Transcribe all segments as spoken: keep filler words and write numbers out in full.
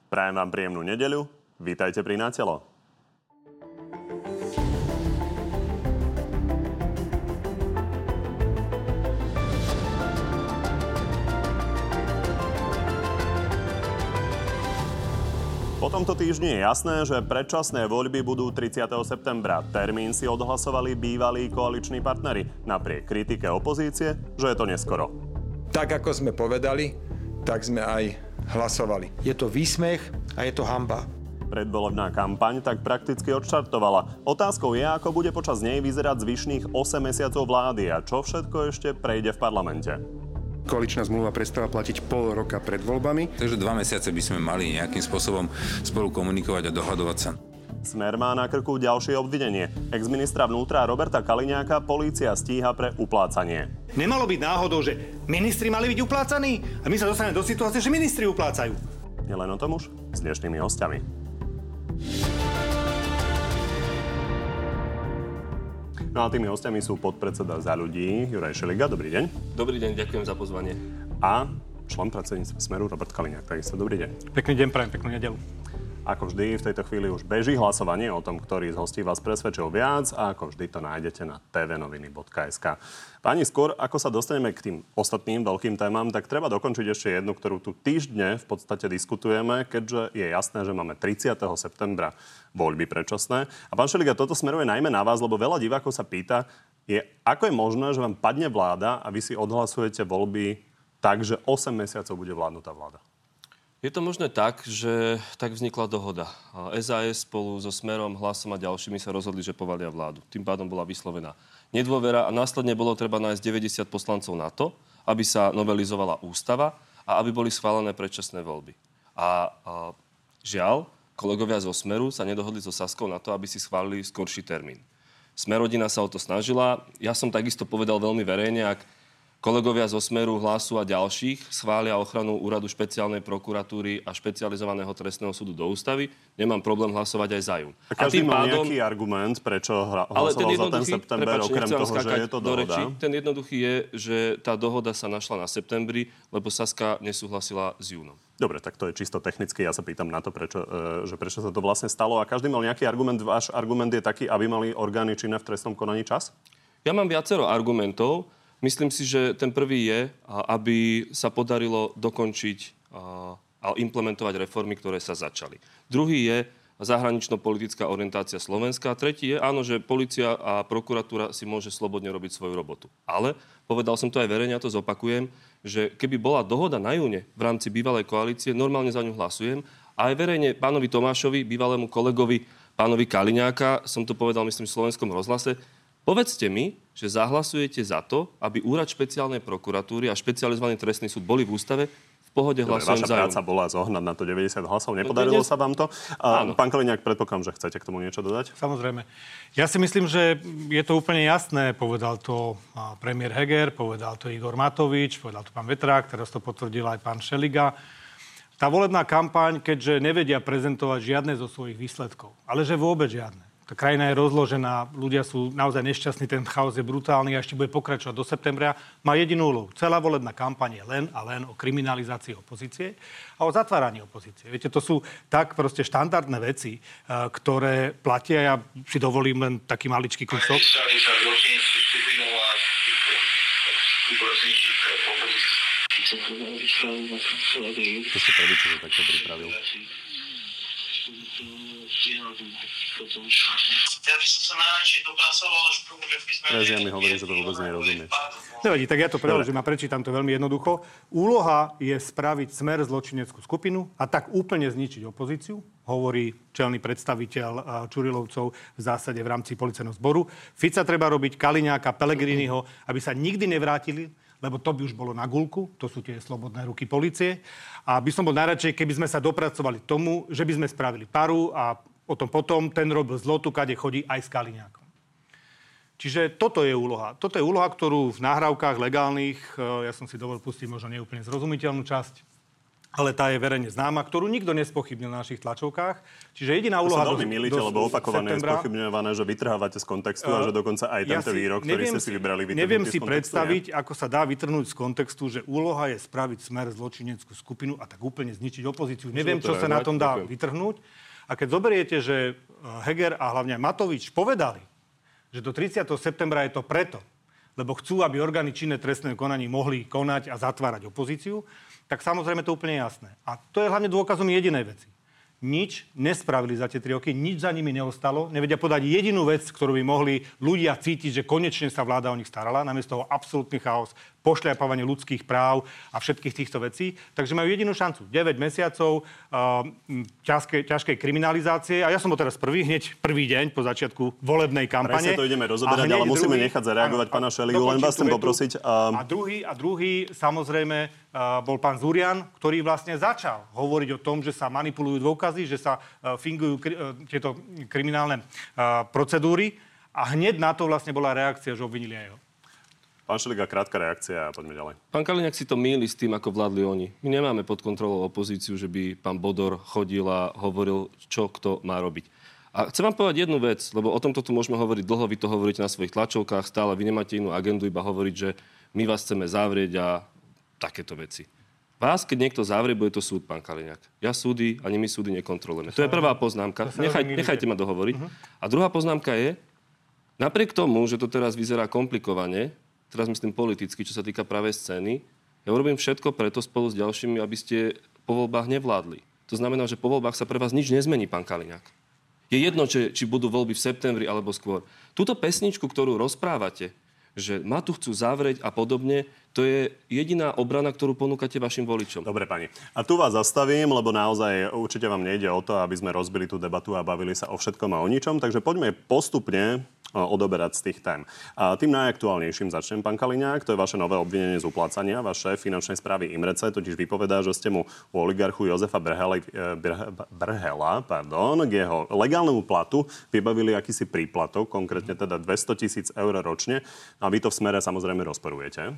Prajem vám príjemnú nedeľu. Vítajte pri Na telo. Po tomto týždni je jasné, že predčasné voľby budú tridsiateho septembra. Termín si odhlasovali bývalí koaliční partneri. Napriek kritike opozície, že je to neskoro. Tak, ako sme povedali, tak sme aj hlasovali. Je to výsmech a je to hanba. Predvolebná kampaň tak prakticky odštartovala. Otázkou je, ako bude počas nej vyzerať zvyšných osem mesiacov vlády a čo všetko ešte prejde v parlamente. Koaličná zmluva prestáva platiť pol roka pred voľbami. Takže dva mesiace by sme mali nejakým spôsobom spolu komunikovať a dohadovať sa. Smer má na krku ďalšie obvinenie. Exministra vnútra Roberta Kaliňáka polícia stíha pre uplácanie. Nemalo byť náhodou, že ministri mali byť uplácaní a my sa dostaneme do situácie, že ministri uplácajú. Je len o tom už s dnešnými hostiami. No a tými hostiami sú podpredseda Za ľudí Juraj Šeliga. Dobrý deň. Dobrý deň, ďakujem za pozvanie. A člen predsedníctva Smeru Robert Kaliňák. Takisto dobrý deň. Pekný deň, prajem, peknú nedeľu. Ako vždy, v tejto chvíli už beží hlasovanie o tom, ktorý z hostí vás presvedčil viac a ako vždy to nájdete na tvnoviny bodka es ká. Páni, skôr ako sa dostaneme k tým ostatným veľkým témam, tak treba dokončiť ešte jednu, ktorú tu týždne v podstate diskutujeme, keďže je jasné, že máme tridsiateho septembra voľby predčasné. A pán Šeliga, toto smeruje najmä na vás, lebo veľa divákov sa pýta, je, ako je možné, že vám padne vláda a vy si odhlasujete voľby tak, že osem mesiacov bude vládnutá vláda? Je to možné tak, že tak vznikla dohoda. es a es spolu so Smerom, Hlasom a ďalšími sa rozhodli, že povalia vládu. Tým pádom bola vyslovená nedôvera a následne bolo treba nájsť deväťdesiat poslancov na to, aby sa novelizovala ústava a aby boli schválené predčasné voľby. A, a žiaľ, kolegovia zo Smeru sa nedohodli so Saskou na to, aby si schválili skorší termín. Smerodina sa o to snažila. Ja som takisto povedal veľmi verejne, ak kolegovia zo Smeru, Hlasu a ďalších schvália ochranu úradu špeciálnej prokuratúry a špecializovaného trestného súdu do ústavy, nemám problém hlasovať aj za ňu. A každý má pádom nejaký argument, prečo hra- hlasoval za ten september, okrem toho, že je to dohoda? Reči. Ten jednoduchý je, že tá dohoda sa našla na septembri, lebo Saska nesúhlasila s júnom. Dobre, tak to je čisto technicky. Ja sa pýtam na to, prečo, že prečo sa to vlastne stalo. A každý mal nejaký argument. Váš argument je taký, aby mali orgány činné v trestnom konaní čas? Ja mám viacero argumentov. Myslím si, že ten prvý je, aby sa podarilo dokončiť a implementovať reformy, ktoré sa začali. Druhý je zahranično-politická orientácia Slovenska. A tretí je, áno, že polícia a prokuratúra si môže slobodne robiť svoju robotu. Ale, povedal som to aj verejne, ja to zopakujem, že keby bola dohoda na júne v rámci bývalej koalície, normálne za ňu hlasujem. A aj verejne pánovi Tomášovi, bývalému kolegovi, pánovi Kaliňáka, som to povedal, myslím, v Slovenskom rozhlase, povedzte mi, že zahlasujete za to, aby úrad špeciálnej prokuratúry a špecializovaný trestný súd boli v ústave. V pohode hlasujem za ňu. Vaša práca bola zohnať na to deväťdesiat hlasov. Nepodarilo sa vám to? A pán Kaliňák, predpokladám, že chcete k tomu niečo dodať? Samozrejme. Ja si myslím, že je to úplne jasné. Povedal to premiér Heger, povedal to Igor Matovič, povedal to pán Vetrák, teraz to potvrdil aj pán Šeliga. Tá volebná kampaň, keďže nevedia prezentovať žiadne zo svojich výsledkov, ale že vôbec žiadne. Tá krajina je rozložená, ľudia sú naozaj nešťastní, ten chaos je brutálny a ešte bude pokračovať do septembra. Má jedinú úlohu. Celá volebná kampaň je len a len o kriminalizácii opozície a o zatváraní opozície. Viete, to sú tak proste štandardné veci, ktoré platia. Ja si dovolím len taký maličký kúsok. To si prvý, čo takto pripravil. Ja by som sa najradšej dopracoval až k tomu, že by sme... Prezident mi hovorí, že to vôbec nerozumie. Nevadí, tak ja to preložím a prečítam to veľmi jednoducho. Úloha je spraviť Smer zločineckú skupinu a tak úplne zničiť opozíciu, hovorí čelný predstaviteľ Čurilovcov v zásade v rámci policajného zboru. Fica treba robiť, Kaliňáka, Pellegriniho, aby sa nikdy nevrátili, lebo to by už bolo na guľku, to sú tie slobodné ruky polície. A by som bol najradšej, keby sme sa dopracovali k tomu, že by sme spravili paru a o tom potom ten robil zlotu, kade chodí aj s Kaliňákom. Čiže toto je úloha. Toto je úloha, ktorú v nahrávkach legálnych, ja som si dovolil pustiť možno neúplne zrozumiteľnú časť, ale tá je verejne známa, ktorú nikto nespochybnil na našich tlačovkách. Čiže jediná úloha... To sa veľmi milíte, lebo opakované je spochybňované, že vytrhávate z kontextu uh, a že dokonca aj ja tento výrok, ktorý ste si vybrali, vytrhnutý neviem si z kontextu, predstaviť, je? ako sa dá vytrhnúť z kontextu, že úloha je spraviť Smer zločineckú skupinu a tak úplne zničiť opozíciu. Neviem, čo sa na tom dá vytrhnúť. A keď zoberiete, že Heger a hlavne aj Matovič povedali, že do tridsiateho septembra je to preto, lebo chcú, aby orgány činné trestné konaní mohli konať a zatvárať opozíciu, tak samozrejme to je úplne jasné. A to je hlavne dôkazom jedinej veci. Nič nespravili za tie tri roky, nič za nimi neostalo. Nevedia podať jedinú vec, ktorú by mohli ľudia cítiť, že konečne sa vláda o nich starala. Namiesto toho absolútny chaos, pošľapávanie ľudských práv a všetkých týchto vecí. Takže majú jedinú šancu. deväť mesiacov uh, ťažkej, ťažkej kriminalizácie. A ja som bol teraz prvý, hneď prvý deň po začiatku volebnej kampane. Presne to ideme rozoberať, ale musíme druhý, nechať zareagovať áno, pána Šeligu. Len vás chcem poprosiť. Um... A druhý, a druhý, samozrejme, uh, bol pán Zurian, ktorý vlastne začal hovoriť o tom, že sa manipulujú dôkazy, že sa uh, fingujú kri- uh, tieto kriminálne uh, procedúry. A hneď na to vlastne bola reakcia, že obvinili aj ho. Pán Šeliga, krátka reakcia a poďme ďalej. Pán Kaliňák si to mýli s tým, ako vládli oni. My nemáme pod kontrolou opozíciu, že by pán Bodor chodil a hovoril, čo kto má robiť. A chcem vám povedať jednu vec, lebo o tomto tu môžeme hovoriť dlho, vy to hovoríte na svojich tlačovkách, stále vy nemáte inú agendu, iba hovoriť, že my vás chceme zavrieť a takéto veci. Vás, keď niekto zavrie, bude to súd, pán Kaliňák. Ja súdy, ani my súdy nekontrolujeme. To je prvá poznámka. Nechaj, nechajte ma dohovoriť. Uh-huh. A druhá poznámka je, napriek tomu, že to teraz vyzerá komplikovane, teraz myslím politicky, čo sa týka pravej scény, ja urobím všetko preto spolu s ďalšími, aby ste po voľbách nevládli. To znamená, že po voľbách sa pre vás nič nezmení, pán Kaliňák. Je jedno, či, či budú voľby v septembri alebo skôr. Túto pesničku, ktorú rozprávate, že ma tu chcú zavrieť a podobne, to je jediná obrana, ktorú ponúkate vašim voličom. Dobre, pani. A tu vás zastavím, lebo naozaj určite vám nejde o to, aby sme rozbili tú debatu a bavili sa o všetkom a o ničom. Takže poďme postupne odoberať z tých tém. A tým najaktuálnejším začnem, pán Kaliňák. To je vaše nové obvinenie z uplácania. Váš šéf finančnej správy Imrece totiž vypovedá, že ste mu u oligarchu Jozefa Brhela, Brhela pardon, k jeho legálnemu platu vybavili akýsi príplatok, konkrétne teda dvestotisíc eur ročne. A vy to v Smere samozrejme rozporujete.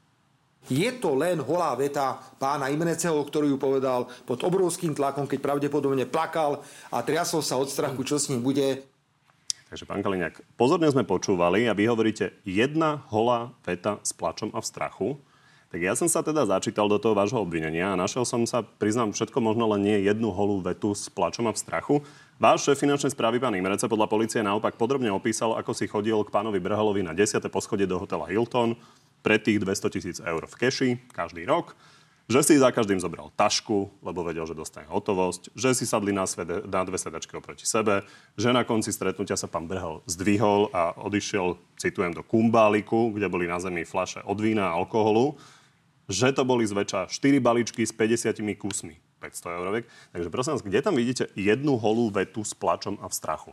Je to len holá veta pána Imreceho, ktorý ju povedal pod obrovským tlakom, keď pravdepodobne plakal a triasol sa od strachu, čo s ním bude. Takže, pán Kaliňák, pozorne sme počúvali a vy hovoríte jedna holá veta s plačom a v strachu. Tak ja som sa teda začítal do toho vášho obvinenia a našiel som sa, priznám, všetko možno len nie jednu holú vetu s plačom a v strachu. Váš šéf finančnej správy, pán Imrece, podľa polície naopak podrobne opísal, ako si chodil k pánovi Brhelovi na desiate poschodie do hotela Hilton pre tých dvestotisíc eur v keši každý rok. Že si za každým zobral tašku, lebo vedel, že dostane hotovosť, že si sadli na, svede, na dve sedačky oproti sebe, že na konci stretnutia sa pán Brhel zdvihol a odišiel, citujem, do kumbáliku, kde boli na zemi fľaše od vína a alkoholu, že to boli zväčša štyri balíčky s päťdesiatimi kusmi päťsto euroviek. Takže prosím vás, kde tam vidíte jednu holú vetu s plačom a v strachu?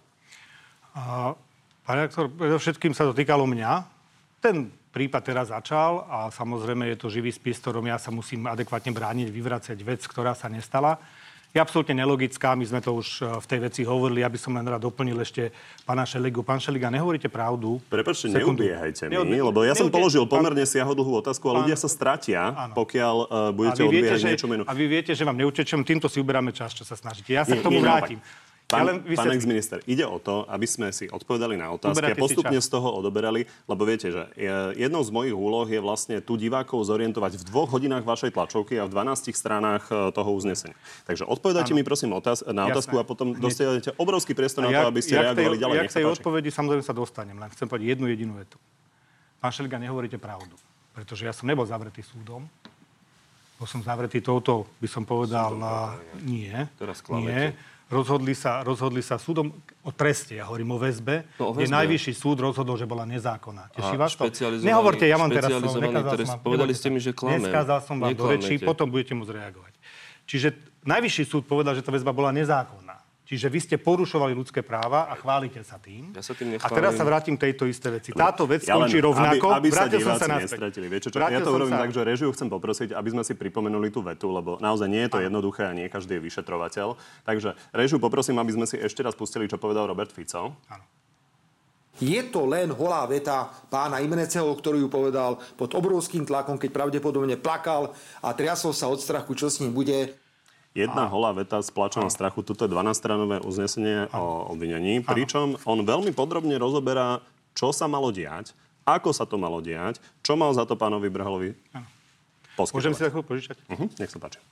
A, pán rektor, predovšetkým sa to týkalo mňa. Ten prípad teraz začal a samozrejme je to živý spis, ktorom ja sa musím adekvátne brániť, vyvracať vec, ktorá sa nestala. Je absolútne nelogická, my sme to už v tej veci hovorili, aby som len rád doplnil ešte pána Šeligu. Pán Šeliga, nehovoríte pravdu. Prepáčte, neubiehajte mi, Neodbie... lebo ja som Neudie... položil pomerne pán... siahodlhú otázku a pán... ľudia sa stratia, áno, pokiaľ uh, budete odbiehať že... niečo menu. A vy viete, že vám neutečem, týmto si uberáme čas, čo sa snažíte. Ja sa nie, k tomu nie, vrátim. Pán, ja pán ex-minister, ide o to, aby sme si odpovedali na otázky a postupne z toho odoberali, lebo viete, že jednou z mojich úloh je vlastne tu divákov zorientovať v dvoch hodinách vašej tlačovky a v dvanástich stranách toho uznesenia. Takže odpovedajte mi prosím otáz- na otázku a potom dostanete obrovský priestor na to, aby ste ja reagovali tej, ďalej. Ja k tej odpovedi samozrejme sa dostanem, len chcem povedať jednu jedinú vetu. Pán Šeliga, nehovoríte pravdu, pretože ja som nebol zavretý súdom. Bol som zavretý touto, by som povedal, nie. Teraz nie. Rozhodli sa, rozhodli sa súdom o treste, ja hovorím o väzbe, no, o väzbe. Kde najvyšší súd rozhodol, že bola nezákonná. Teší vás to? Nehovorte, ja mám teraz slovo. Povedali ste mi, že klamem. Neskázal som vám do rečí, potom budete môcť reagovať. Čiže najvyšší súd povedal, že tá väzba bola nezákonná. Čiže vy ste porušovali ľudské práva a chválite sa tým. Ja sa tým a teraz sa vrátim k tejto isté veci. Táto vec ja skončí rovnako. Aby, aby sa diváci nestratili. Viete čo? Ja to urobím sa... tak, že režiu chcem poprosiť, aby sme si pripomenuli tú vetu, lebo naozaj nie je to jednoduché a nie každý je vyšetrovateľ. Takže režiu poprosím, aby sme si ešte raz pustili, čo povedal Robert Fico. Áno. Je to len holá veta pána Imeneceho, ktorý ju povedal pod obrovským tlakom, keď pravdepodobne plakal a triasol sa od strachu, čo s ním bude. Jedna a... holá veta z plačom strachu. Toto je dvanásťstranové uznesenie a... o obvinení, pričom on veľmi podrobne rozoberá, čo sa malo diať, ako sa to malo diať, čo mal za to pánovi Brhelovi poskytovať. Môžem si takú požičať? Uh-huh, nech sa páči.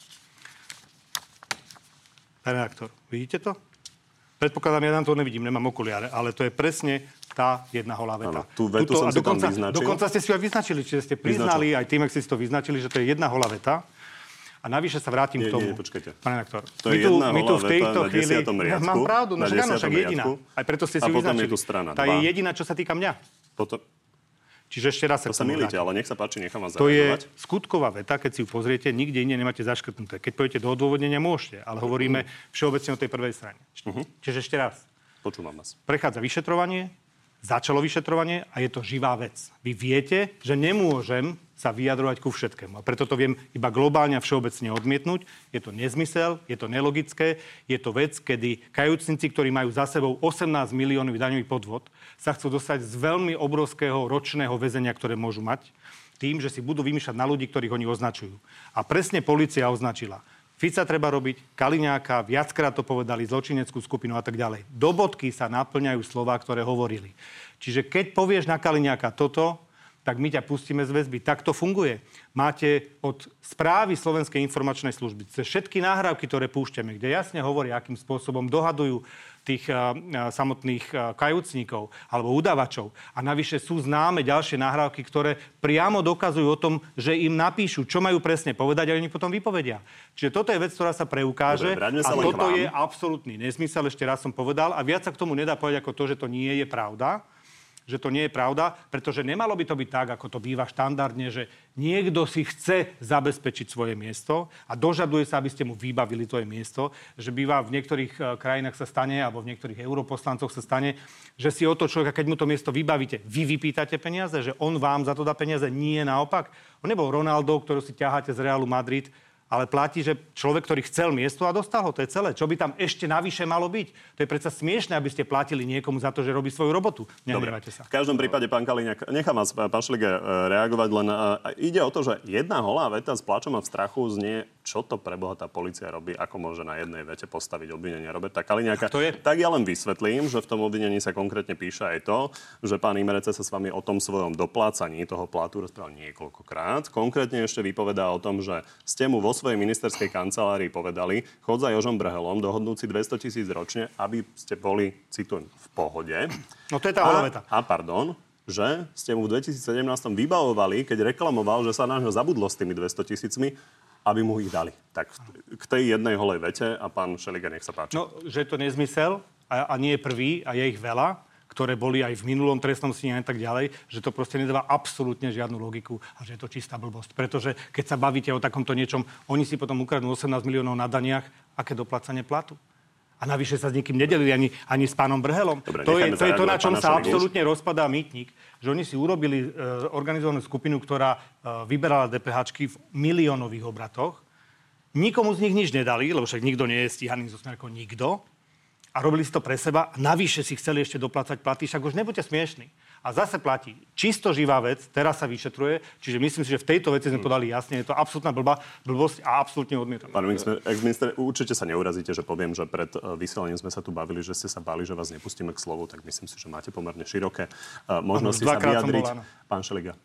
Pán redaktor, vidíte to? Predpokladám, ja tam to nevidím, nemám okuliare, ale to je presne tá jedna holá veta. Áno, tú vetu Tuto, som si dokonca, tam vyznačil. Dokonca ste si ju aj vyznačili, čiže ste priznali, vyznačil. Aj tým, ak ste si to vyznačili, že to je jedna holá veta. A navyše sa vrátim nie, k tomu. Nie, počkajte. Pán redaktor, to je jedna holá veta na desiatom riadku. Mám pravdu, no však áno, však jediná. Aj preto ste si ju vyznačili. A potom je tu strana Tá je jediná, čo sa týka mňa. Potom... Čiže ešte raz sa to sa milíte, ale nech sa páči, nechám vás to zareagovať. To je skutková veta, keď si ju pozriete, nikde inde nemáte zaškrtnuté. Keď pôjdete do odôvodnenia, môžete, ale hovoríme všeobecne o tej prvej strane. Uh-huh. Čiže ešte raz. Počúvam vás. Prechádza vyšetrovanie, začalo vyšetrovanie a je to živá vec. Vy viete, že nemôžem sa vyjadrovať ku všetkému. A preto to viem iba globálne a všeobecne odmietnúť. Je to nezmysel, je to nelogické, je to vec, kedy kajúcnici, ktorí majú za sebou osemnásť miliónov daňový podvod, sa chcú dostať z veľmi obrovského ročného väzenia, ktoré môžu mať, tým, že si budú vymýšľať na ľudí, ktorých oni označujú. A presne polícia označila. Fica treba robiť, Kaliňáka, viackrát to povedali, zločineckú skupinu a tak ďalej. Do bodky sa naplňajú slová, ktoré hovorili. Čiže keď povieš na Kaliňáka toto, tak my ťa pustíme z väzby. Tak to funguje. Máte od správy Slovenskej informačnej služby cez všetky nahrávky, ktoré púšťame, kde jasne hovoria, akým spôsobom dohadujú tých uh, samotných uh, kajúcnikov alebo udavačov. A navyše sú známe ďalšie nahrávky, ktoré priamo dokazujú o tom, že im napíšu, čo majú presne povedať a oni potom vypovedia. Čiže toto je vec, ktorá sa preukáže. Dobre, a toto je absolútny nezmysel, ešte raz som povedal. A viac sa k tomu nedá povedať ako to, že to nie je pravda. Že to nie je pravda, pretože nemalo by to byť tak, ako to býva štandardne, že niekto si chce zabezpečiť svoje miesto a dožaduje sa, aby ste mu vybavili to miesto, že býva v niektorých krajinách sa stane, alebo v niektorých europoslancoch sa stane, že si o to človeka, keď mu to miesto vybavíte, vy vypýtate peniaze, že on vám za to dá peniaze, nie naopak. On nebol Ronaldo, ktorý si ťaháte z Realu Madrid, ale platí, že človek, ktorý chcel miesto a dostal ho, to je celé. Čo by tam ešte navyše malo byť? To je predsa smiešné, aby ste platili niekomu za to, že robí svoju robotu. Nehnevajte sa. V každom prípade, pán Kaliňák, nechám vás, pán Šeliga, reagovať, len uh, ide o to, že jedna holá veta s plačom a v strachu znie, čo to pre Boha tá polícia robí, ako môže na jednej vete postaviť obvinenie Roberta Kaliňáka. Tak ja len vysvetlím, že v tom obvinení sa konkrétne píše aj to, že pán Imerece sa s vami o tom svojom doplácaní toho platu rozprával niekoľkokrát. Konkrétne ešte vypovedá o tom, že ste mu vo svojej ministerskej kancelárii povedali, chod za Jožom Brhelom, dohodnúť si dvesto tisíc ročne, aby ste boli, citujem, v pohode. No to je tá holá veta. A, a pardon, že ste mu v dvetisícsedemnásť vybavovali, keď reklamoval, že sa na ňo zabudlo s tými dvesto tisícmi, aby mu ich dali. Tak k tej jednej holej vete a pán Šeliga, nech sa páči. No, že je to nezmysel a, a nie je prvý a je ich veľa, ktoré boli aj v minulom trestnom stíhaní a tak ďalej, že to proste nedáva absolútne žiadnu logiku a že je to čistá blbosť. Pretože keď sa bavíte o takomto niečom, oni si potom ukradnú osemnásť miliónov na daniach, aké doplácanie platu. A navyše sa s nikým nedelili ani, ani s pánom Brhelom. Dobre, to, je, to je to, na čom sa absolútne rozpadá mýtnik, že oni si urobili e, organizovanú skupinu, ktorá e, vyberala DPHčky v miliónových obratoch. Nikomu z nich nič nedali, lebo však nikto nie je stíhaný zo smerkou nikto. A robili si to pre seba. Navyše si chceli ešte doplácať platy, však už nebuďte smiešní. A zase platí. Čisto živá vec, teraz sa vyšetruje, čiže myslím si, že v tejto veci sme podali jasne, je to absolútna blbá, blbosť a absolútne odmietam. Pán ex-minister, určite sa neurazíte, že poviem, že pred vysielaním sme sa tu bavili, že ste sa báli, že vás nepustíme k slovu, tak myslím si, že máte pomerne široké uh, možnosti sa vyjadriť. Pán Šeliga.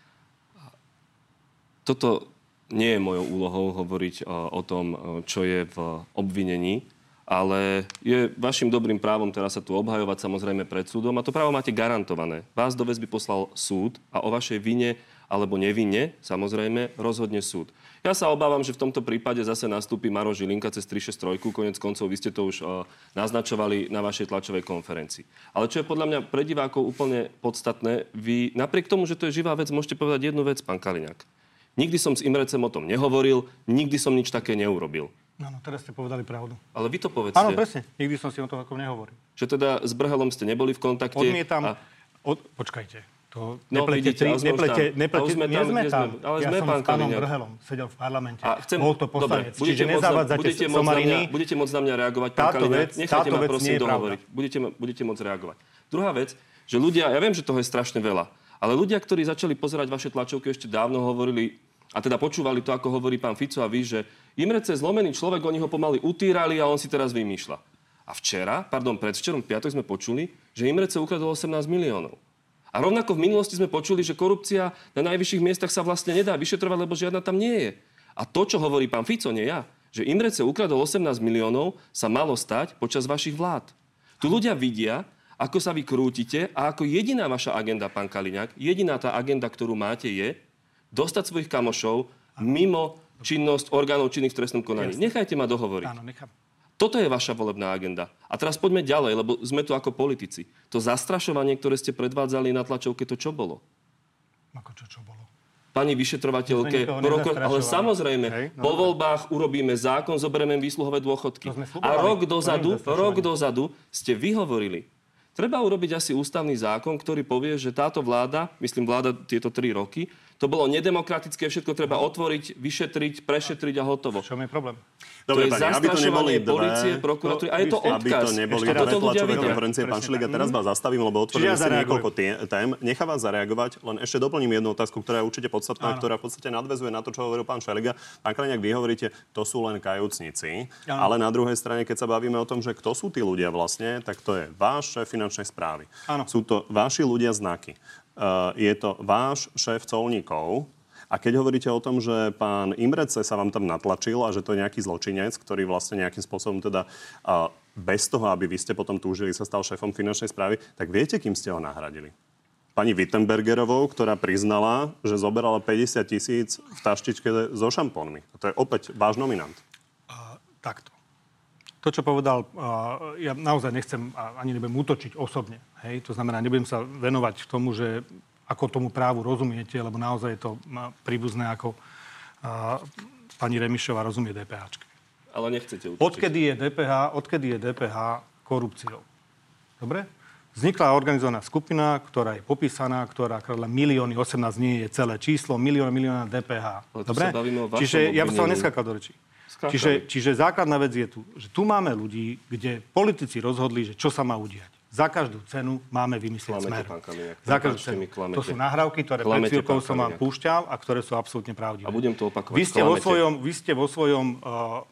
Toto nie je mojou úlohou hovoriť uh, o tom, uh, čo je v obvinení. Ale je vašim dobrým právom teraz sa tu obhajovať samozrejme pred súdom a to právo máte garantované. Vás do väzby poslal súd a o vašej vine alebo nevine samozrejme rozhodne súd. Ja sa obávam, že v tomto prípade zase nastúpi Maroš Žilinka cez tri šesť tri, konec koncov vy ste to už uh, naznačovali na vašej tlačovej konferencii. Ale čo je podľa mňa pre divákov úplne podstatné, vy napriek tomu, že to je živá vec, môžete povedať jednu vec, pán Kaliňák. Nikdy som s Imrecem o tom nehovoril, nikdy som nič také neurobil. No, no, teraz ste povedali pravdu. Ale vy to povedzte. Áno, presne. Nikdy som si o tom ako nehovoril. Že teda s Brhelom ste neboli v kontakte. Odmietam. A... Od... Počkajte. To no, neplete, vidíte, tri, neplete, neplete, sme tam, nie sme tam. Ale ja sme som pán s pánom Brhelom sedel v parlamente. A chcem... Bol to poslanec. Dobre, čiže nezavádzate somariny. Budete môcť na mňa reagovať, pán Kaliňák. Nechajte ma prosím dohovoriť. Budete, budete môcť reagovať. Druhá vec, že ľudia, ja viem, že toho je strašne veľa, ale ľudia, ktorí začali pozerať vaše tlačovky ešte dávno, hovorili, a teda počúvali to, ako hovorí pán Fico a vy, že Imrece je zlomený človek, oni ho pomaly utírali a on si teraz vymýšľa. A včera, pardon, predvčerom, piatok sme počuli, že Imrece ukradol osemnásť miliónov. A rovnako v minulosti sme počuli, že korupcia na najvyšších miestach sa vlastne nedá vyšetrovať, lebo žiadna tam nie je. A to, čo hovorí pán Fico, nie ja, že Imrece ukradol osemnásť miliónov, sa malo stať počas vašich vlád. Tu ľudia vidia, ako sa vy krútite a ako jediná vaša agenda, pán Kaliňák, jediná tá agenda, ktorú máte, je dostať svojich kamošov mimo činnosť orgánov činných v trestnom konaní. Jasne. Nechajte ma dohovoriť. Áno, nechám. Toto je vaša volebná agenda. A teraz poďme ďalej, lebo sme tu ako politici. To zastrašovanie, ktoré ste predvádzali na tlačovke, to čo bolo? Ako čo, čo bolo? Pani vyšetrovateľke, prokor... ale samozrejme, hej, no, po voľbách urobíme zákon, zoberieme výsluhové dôchodky. A rok dozadu, rok dozadu ste vyhovorili. Treba urobiť asi ústavný zákon, ktorý povie, že táto vláda, myslím vláda tieto tri roky, to bolo nedemokratické, všetko treba otvoriť, vyšetriť, prešetriť a hotovo. Čo je problém? Dobre, to je pani, zastrašovanie policie, prokuratúry a je to odkaz. Aby to neboli dve tlačové konferencie. Pán Šeliga, teraz vás zastavím, lebo otvorili ste niekoľko tém. Nechá vás zareagovať, len ešte doplním jednu otázku, ktorá je určite podstatná, ktorá v podstate nadväzuje na to, čo hovoril pán Šeliga. Pán Kaliňák, vy hovoríte, to sú len kajúcnici, ale na druhej strane, keď sa bavíme o tom, že kto sú tí ľudia vlastne, tak to je váš šéf finančnej správy. Áno. Sú to vaši ľudia znaky. Uh, je to váš šéf colníkov. A keď hovoríte o tom, že pán Imrece sa vám tam natlačil a že to je nejaký zločinec, ktorý vlastne nejakým spôsobom teda uh, bez toho, aby vy ste potom túžili, sa stal šéfom finančnej správy, tak viete, kým ste ho nahradili? Pani Wittenbergerovou, ktorá priznala, že zoberala päťdesiat tisíc v taštičke so šampónmi. A to je opäť váš nominant. Uh, takto. To, čo povedal, ja naozaj nechcem, ani nebudem útočiť osobne. Hej? To znamená, nebudem sa venovať tomu, že ako tomu právu rozumiete, lebo naozaj je to príbuzné, ako pani Remišová rozumie DPHčke. Ale nechcete útočiť. Odkedy je dé pé há, odkedy je dé pé há korupciou? Dobre? Vznikla organizovaná skupina, ktorá je popísaná, ktorá kradla milióny, osemnásť nie je celé číslo, milión, milióna dé pé há. Dobre? Čiže ja by som neskakal do rečí. Čiže, čiže základná vec je tu, že tu máme ľudí, kde politici rozhodli, že čo sa má udiať. Za každú cenu máme vymyslieť smer. Za každú cenu. To sú nahrávky, ktoré pred chvíľkou som vám púšťal a ktoré sú absolútne pravdivé. A budem to opakovať. Vy ste vo svojom, vy ste vo svojom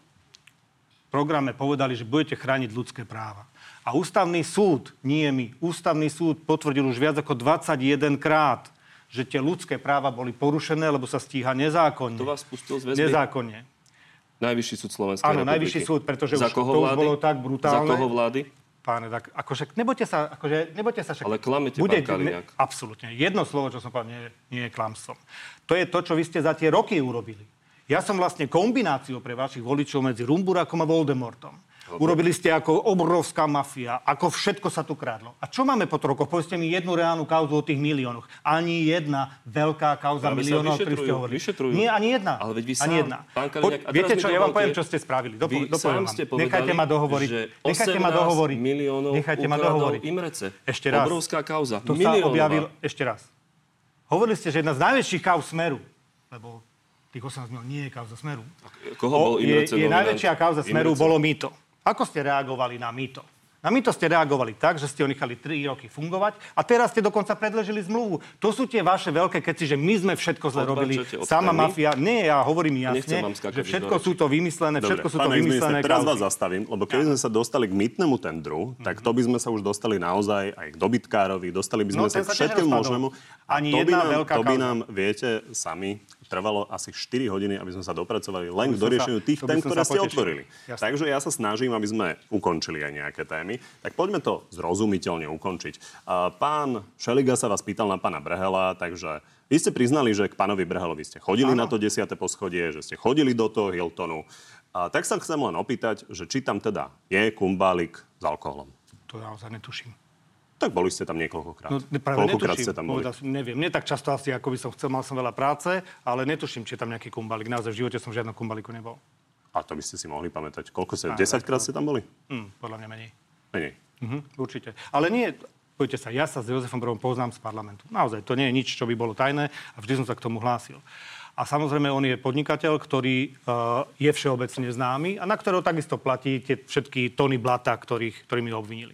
uh, programe povedali, že budete chrániť ľudské práva. A ústavný súd, nie my, ústavný súd potvrdil už viac ako dvadsaťjeden krát, že tie ľudské práva boli porušené, lebo sa stíha nezákonne. To vás pustil z väzby? Nezákonne. Najvyšší súd Slovenskej republiky. Áno, najvyšší súd, pretože už to už bolo tak brutálne. Za koho vlády? Páne, tak akože nebojte sa, akože nebojte sa však. Ale klamete, bude, pán Kaliňák. Ne, absolútne. Jedno slovo, čo som povedal, nie, nie je klamstvom. To je to, čo vy ste za tie roky urobili. Ja som vlastne kombináciou pre vašich voličov medzi Rumburákom a Voldemortom. Urobili ste ako obrovská mafia, ako všetko sa tu krádlo. A čo máme po rokoch? Povedzte mi jednu reálnu kauzu o tých miliónoch. Ani jedna veľká kauza miliónov, o ktorých ste hovorili. Vyšetrujú. Nie, ani jedna. Ale veď vy ani sám, jedna. pán Kaliňák, po, viete čo, ja vám poviem, čo ste spravili. Dopo, vy dopoviem sám ste vám. povedali, Nechajte ma dohovoriť. že Nechajte ma dohovoriť. miliónov Nechajte ma dohovoriť. Imrece. Ešte raz. Obrovská kauza. To sa objavil ešte raz. Hovorili ste, že jedna z najväčších kauz Smeru, lebo tých osemnásť miliónov nie je kauza Smeru. Koho bol Imrece Je najväčšia kauza Smeru, bolo mýto. Ako ste reagovali na mýto? Na mýto ste reagovali tak, že ste ho nechali tri roky fungovať a teraz ste dokonca predložili zmluvu. To sú tie vaše veľké keci, že my sme všetko zle robili. Sama mafia. Nie, ja hovorím jasne, že všetko sú to vymyslené, všetko sú to vymyslené. Teraz vás zastavím, lebo keby sme sa dostali k mýtnemu tendru, tak to by sme sa už dostali naozaj aj k dobytkárovi, dostali by sme sa k všetkému možnému. Ani jedna veľká kauza. To by nám, viete, sami trvalo asi štyri hodiny, aby sme sa dopracovali len k doriešeniu tých tém, ktoré ste otvorili. Takže ja sa snažím, aby sme ukončili aj nejaké témy. Tak poďme to zrozumiteľne ukončiť. Pán Šeliga sa vás pýtal na pána Brhela, takže vy ste priznali, že k pánovi Brhelovi ste chodili ano. na to desiate poschodie, že ste chodili do toho Hiltonu. A tak sa chcem len opýtať, že či tam teda je kumbálik s alkoholom. To naozaj netuším. Tak boli ste tam niekoľkokrát. No, práve Koľkokrát netuším, ste tam boli? Povedal, neviem, nie tak často asi, ako by som chcel, mal som veľa práce, ale netuším, či je tam nejaký kumbalik. Naozaj v živote som v žiadnom kumbaliku nebol. A to by ste si mohli pamätať. Koľko ste, desaťkrát ste tam boli? Hmm, podľa mňa menej. Menej. Mhm, určite. Ale nie, poďte sa, ja sa s Jozefom Brogom poznám z parlamentu. Naozaj, to nie je nič, čo by bolo tajné a vždy som sa k tomu hlásil. A samozrejme, on je podnikateľ, ktorý uh, je všeobecne známy a na ktorého takisto platí tie všetky tony blata, ktorých, ktorými ho obvinili.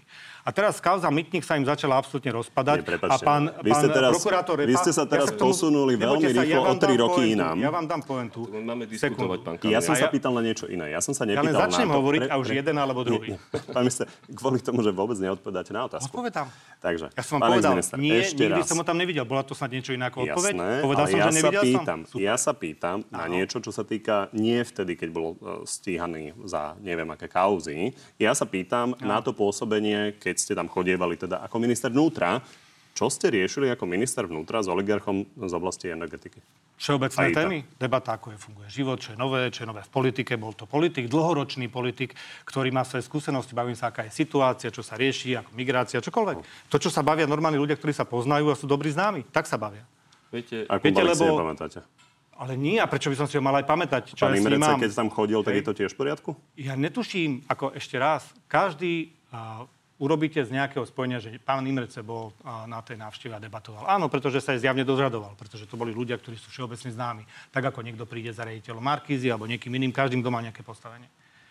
A teraz kauza Mytník sa im začala absolútne rozpadať. Nie, prepáčte, a pán, vy ste pán teraz, prokurátor... vy ste sa teraz ja sa tomu, posunuli veľmi sa, rýchlo ja o tri roky pointu, inám. Ja vám dám pointu. Máme diskutovať, pán Kaliňák. Ja som sa pýtal na niečo iné. Ja som sa nepýtal ja len začnem na to, hovoriť pre, a už pre, jeden alebo druhý. Nie, nie. Pán minister, kvôli tomu, že vôbec neodpovedáte na otázku. Odpovedám. Takže, ja som vám povedal, minister, nie, nikdy raz. som ho tam nevidel. Bola to snad niečo iné ako odpoveď? Jasné, Povedal som, ja že nevidel sa pýtam, som. Ja sa pýtam Áno. na niečo, čo sa týka nie vtedy, keď bol stíhaný za neviem aké kauzy. Ja sa pýtam Áno. na to pôsobenie, keď ste tam chodievali teda ako minister vnútra. Čo ste riešili ako minister vnútra s oligarchom z oblasti energetiky? Všeobecné témy, debata, ako je funguje život, čo je nové, čo je nové v politike. Bol to politik, dlhoročný politik, ktorý má svoje skúsenosti, bavím sa, aká je situácia, čo sa rieši, ako migrácia, čokoľvek. To, čo sa bavia normálni ľudia, ktorí sa poznajú a sú dobrí známi, tak sa bavia. Viete, Akú Viete lebo... si nepamätáte? Ale nie, a prečo by som si ho mal aj pamätať? Čo Pán ja Imrece, mám? keď tam chodil, tak je to tiež v poriadku? Ja netuším, ako ešte raz, každý... Uh, urobíte z nejakého spojenia, že pán Imrece bol na tej návšteve a debatoval. Áno, pretože sa aj zjavne dozradoval, pretože to boli ľudia, ktorí sú všeobecne známi. Tak ako niekto príde za riaditeľom Markízy alebo niekým iným, každým, kto má nejaké postavenie.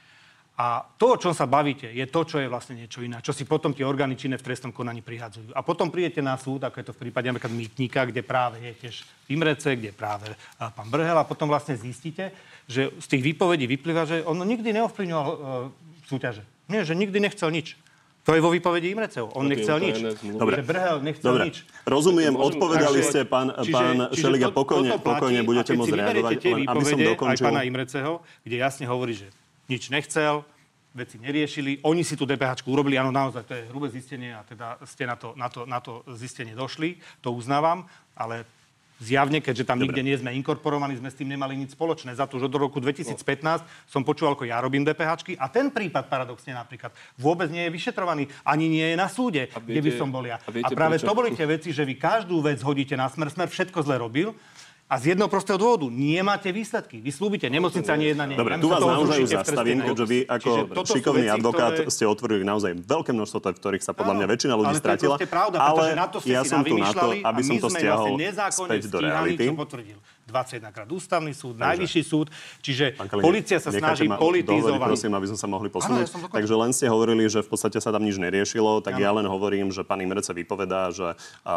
A to, o čom sa bavíte, je to, čo je vlastne niečo iné, čo si potom tie orgány činné v trestnom konaní prihadzujú. A potom prídete na súd, ako je to v prípade napríklad Mýtnika, kde práve je tiež Imrece, kde práve pán Brhel, a potom vlastne zistíte, že z tých výpovedí vyplýva, že on nikdy neovplyvňoval uh, súťaže. Nie, že nikdy nechcel nič. To je vo výpovedi Imreceho. On nechcel nič. Dobre. Brhel nechcel Dobre. nič. Rozumiem, odpovedali ste, pán, pán Šeliga, pokojne, pokojne budete môcť reagovať, len aby som dokončil. Aj pána Imreceho, kde jasne hovorí, že nič nechcel, veci neriešili, oni si tú DPHčku urobili, áno, naozaj, to je hrubé zistenie a teda ste na to, na to, na to zistenie došli, to uznávam, ale zjavne, keďže tam Dobre. nikde nie sme inkorporovaní, sme s tým nemali nič spoločné. Za to, že do roku dvetisícpätnásť som počúval, ako ja robím DPHčky a ten prípad paradoxne napríklad vôbec nie je vyšetrovaný, ani nie je na súde, viete, kde by som bol ja. A, a práve prečo? To boli tie veci, že vy každú vec hodíte na Smer, Smer všetko zle robil. A z jedného prostého dôvodu nemáte výsledky. Vy slúbite, nemocnica ani jedna nie. Dobre, tu vás naozaj zastavím, keďže vy ako šikovný veci, advokát ktoré... ste otvorili naozaj veľké množstvo tém, v ktorých sa podľa mňa väčšina ľudí ale stratila. Ale pravda, ale na to ja som tu na to, aby som to stiahol vlastne späť do reality. Čo potvrdil dvadsaťjedenkrát ústavný súd, najvyšší súd, čiže polícia sa snaží politizovať. Prosím, aby sme sa mohli posunúť. Áno, ja Takže len ste hovorili, že v podstate sa tam nič neriešilo, tak ja len hovorím, že pán Imrece vypovedá, že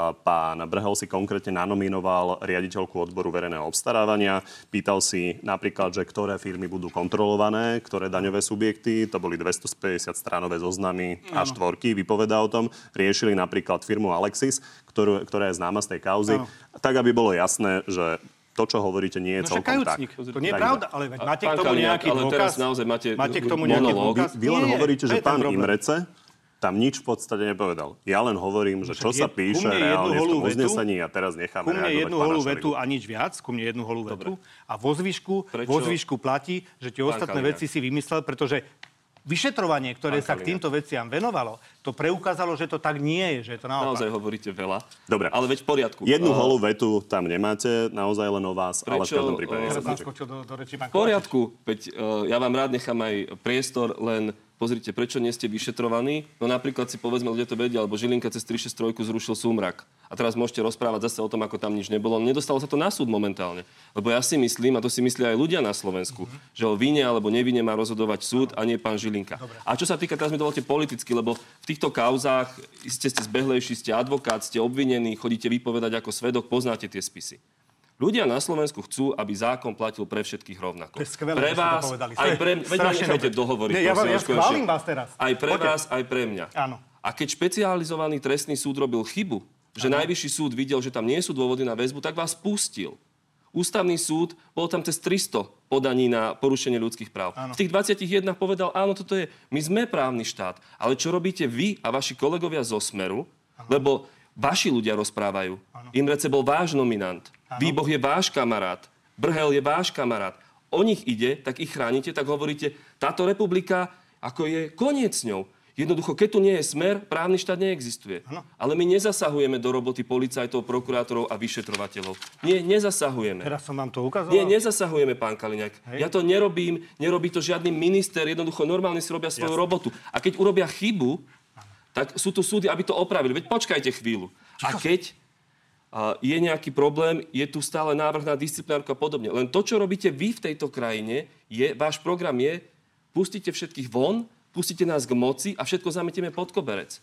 pán Brhel si konkrétne nanominoval riaditeľku odboru verejného obstarávania. Pýtal si napríklad, že ktoré firmy budú kontrolované, ktoré daňové subjekty, to boli dvestopäťdesiat stránové zoznamy a štvorky, vypovedá o tom. Riešili napríklad firmu Alexis, ktorú, ktorá je známa z tej kauzy, Áno. tak aby bolo jasné, že to, čo hovoríte, nie je no, celkom tak. To nie je pravda, ale máte k tomu nejaký ale dôkaz? Teraz naozaj máte, máte k tomu nejaký dôkaz? Vy, vy len nie, hovoríte, že pán Imrece tam nič v podstate nepovedal. Ja len hovorím, že čo sa píše reálne v tom uznesení a teraz necháme reagovať pána Šeligu. Ku mne jednu holú vetu a nič viac, ku mne jednu holú vetu. A vo zvyšku, vo zvyšku platí, že tie ostatné veci si vymyslel, pretože vyšetrovanie, ktoré sa k týmto veciam venovalo, to preukázalo, že to tak nie je, že je to naopak. Naozaj hovoríte veľa. Dobre. Ale veď v poriadku. Jednu holú vetu tam nemáte, naozaj len o vás, Prečo, ale v každom prípade uh, sa do, do reči, V poriadku, veď uh, ja vám rád nechám aj priestor, len pozrite, prečo nie ste vyšetrovaní. No napríklad si povedzme, ľudia to vedia, alebo Žilinka cez tristošesťtri zrušil súmrak. A teraz môžete rozprávať zase o tom, ako tam nič nebolo. Nedostalo sa to na súd momentálne. Lebo ja si myslím, a to si myslia aj ľudia na Slovensku, mm-hmm. že o vine alebo nevine má rozhodovať súd a nie pán Žilinka. Dobre. A čo sa týka, teraz mi dovolte politicky, lebo v týchto kauzách ste, ste zbehlejší, ste advokát, ste obvinení, chodíte vypovedať ako svedok, poznáte tie spisy. Ľudia na Slovensku chcú, aby zákon platil pre všetkých rovnako. To je skvelé, pre vás, aj pre mňa. Veď ma nechajte dohovoriť. Nie, ja, ja schválim vás teraz. Aj pre Poďte. vás, aj pre mňa. Áno. A keď špecializovaný trestný súd robil chybu, že ano. Najvyšší súd videl, že tam nie sú dôvody na väzbu, tak vás pustil. Ústavný súd, bol tam cez tristo podaní na porušenie ľudských práv. Ano. V tých dvadsaťjeden povedal, áno, toto je, my sme právny štát, ale čo robíte vy a vaši kolegovia zo Smeru, ano. lebo vaši ľudia rozprávajú. Ano. Imrece bol váš nominant. Ano. Výboh je váš kamarát. Brhel je váš kamarát. O nich ide, tak ich chránite, tak hovoríte, táto republika, ako je koniec s ňou. Jednoducho, keď tu nie je Smer, právny štát neexistuje. Ano. Ale my nezasahujeme do roboty policajtov, prokurátorov a vyšetrovateľov. Nie, nezasahujeme. Teraz som vám to ukazoval. Nie, nezasahujeme, pán Kaliňák. Hej. Ja to nerobím, nerobí to žiadny minister, jednoducho normálne si robia svoju Jasne. robotu. A keď urobia chybu, tak sú tu súdy, aby to opravili. Veď počkajte chvíľu. A keď uh, je nejaký problém, je tu stále návrh na disciplinárku a podobne. Len to, čo robíte vy v tejto krajine, je, váš program je, pustíte všetkých von, pustíte nás k moci a všetko zametieme pod koberec.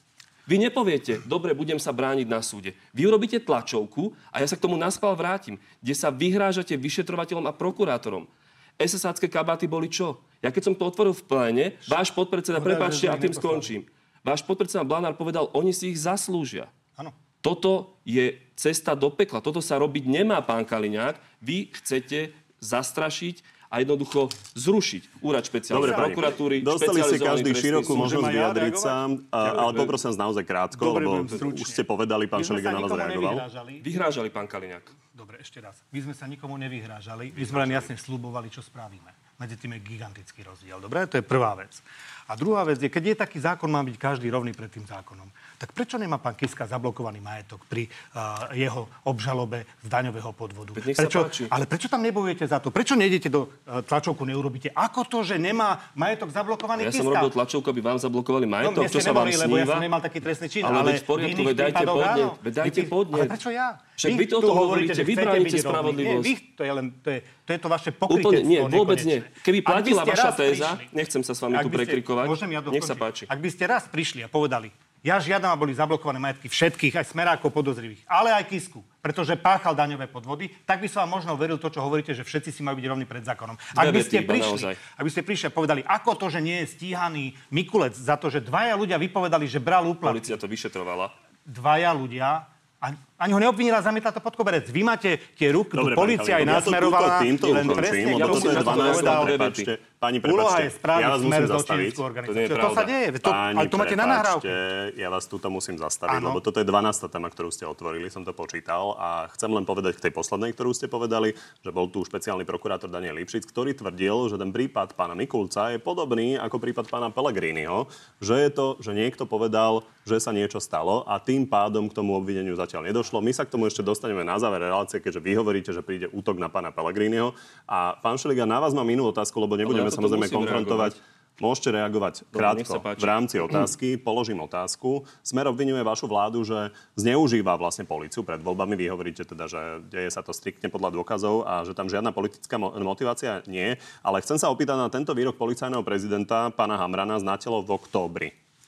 Vy nepoviete, dobre, budem sa brániť na súde. Vy urobíte tlačovku a ja sa k tomu naschvál vrátim, kde sa vyhrážate vyšetrovateľom a prokurátorom. es es ácké kabáty boli čo? Ja keď som to otvoril v pléne, váš podpredseda, prepáčte, a tým skončím. Váš podpredseda Blanár povedal, oni si ich zaslúžia. Áno. Toto je cesta do pekla. Toto sa robiť nemá, pán Kaliňák. Vy chcete zastrašiť a jednoducho zrušiť úrad špeciálnej prokuratúry. Dostali ste každý širokú možnosť vyjadriť sa, ale poprosím vás naozaj krátko, Dobre, lebo už ste povedali, pán Šeliga na vás reagoval. Vyhrážali, pán Kaliňák. Dobre, ešte raz. My sme sa nikomu nevyhrážali. My sme len jasne sľubovali, čo spravíme. Medzi tým je gigantický rozdiel. Dobre, to je prvá vec. A druhá vec je, keď je taký zákon, má byť každý rovný pred tým zákonom. Tak prečo nemá pán Kiska zablokovaný majetok pri uh, jeho obžalobe z daňového podvodu? Prečo, ale prečo tam nebojujete za to? Prečo nejdete do uh, tlačovku, neurobíte? Ako to, že nemá majetok zablokovaný ja Kiska? Ja som robil tlačovku, aby vám zablokovali majetok, no, čo sa vám sníva. Lebo ja som nemal taký trestný čin. Ale, ale veď v poriadku, veď dajte podnet. Veď dajte podnet. Ale prečo ja? Však vy to hovoríte, vy bránite spravodlivosť. Nie, vy, to je len, to je, to je to vaše pokrytectvo. Úplne, nie, vôbec nie. Keby platila vaša téza, prišli, nechcem sa s vami tu prekrikovať, ja nech sa páči. Ak by ste raz prišli a povedali, ja žiadam, aby boli zablokované majetky všetkých, aj smerákov podozrivých, ale aj Kisku, pretože páchal daňové podvody, tak by som vám možno veril to, čo hovoríte, že všetci si majú byť rovní pred zákonom. Ak by ste prišli, ak by ste prišli a povedali, ako to, že nie je stíhaný Mikulec za to, že dvaja ľudia vypovedali, že bral úplatky. Polícia to vyšetrovala. Dvaja ľudia a ani ho neobvinila, zamietla to pod koberec. Vy máte tie ruky, tu polícia aj nasmerovala, len presne, lebo toto je dvanásť, prepáčte. Pani, prepáčte, ja vás musím zastaviť. To nie je pravda. To sa deje, to, ale to máte na nahrávku. Ja vás túto musím zastaviť, ano. Lebo toto je dvanásta téma, ktorú ste otvorili, som to počítal a chcem len povedať k tej poslednej, ktorú ste povedali, že bol tu špeciálny prokurátor Daniel Lipšic, ktorý tvrdil, že ten prípad pána Mikulca je podobný ako prípad pána Pellegriniho, že je to, že niekto povedal, že sa niečo stalo a tým pádom k tomu obvineniu zatiaľ nedošlo. My sa k tomu ešte dostaneme na záver relácie, keďže vy hovoríte, že príde útok na pána Pellegriniho. A pán Šeliga, na vás mám inú otázku, lebo nebudeme ja samozrejme konfrontovať. Reagovať. Môžete reagovať Dobre, krátko v rámci otázky. Položím otázku. Smer obvinuje vašu vládu, že zneužíva vlastne políciu pred voľbami. Vy hovoríte teda, že deje sa to striktne podľa dôkazov a že tam žiadna politická motivácia nie. Ale chcem sa opýtať na tento výrok policajného prezidenta pána Hamrana z Natelo v októbri.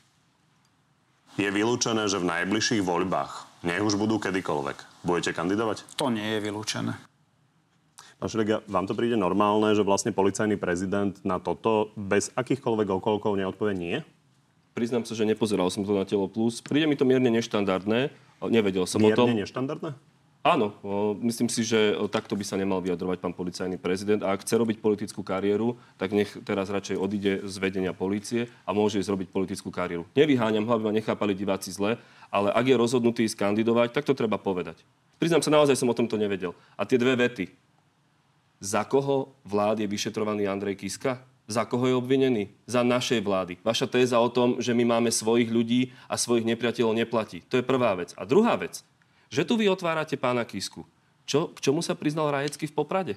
Je vylúčené, že v najbližších voľbách, nech už budú kedykoľvek, budete kandidovať? To nie je vylúčené. Pán Šeliga, vám to príde normálne, že vlastne policajný prezident na toto bez akýchkoľvek okolkov neodpovie nie? Priznám sa, že nepozeral som to na Telo Plus. Príde mi to mierne neštandardné. Nevedel som mierne o tom. Mierne neštandardné? Áno, myslím si, že takto by sa nemal vyjadrovať pán policajný prezident. A ak chce robiť politickú kariéru, tak nech teraz radšej odíde z vedenia polície a môže ísť robiť politickú kariéru. Nevyháňam ho, aby ma nechápali diváci zle, ale ak je rozhodnutý ísť kandidovať, tak to treba povedať. Priznám sa, naozaj som o tomto nevedel. A tie dve vety. Za koho vlád je vyšetrovaný Andrej Kiska? Za koho je obvinený? Za našej vlády. Vaša téza o tom, že my máme svojich ľudí a svojich nepriateľov, neplatí. To je prvá vec. A druhá vec. Že tu vy otvárate pána Kisku. Čo, k čomu sa priznal Rajecký v Poprade?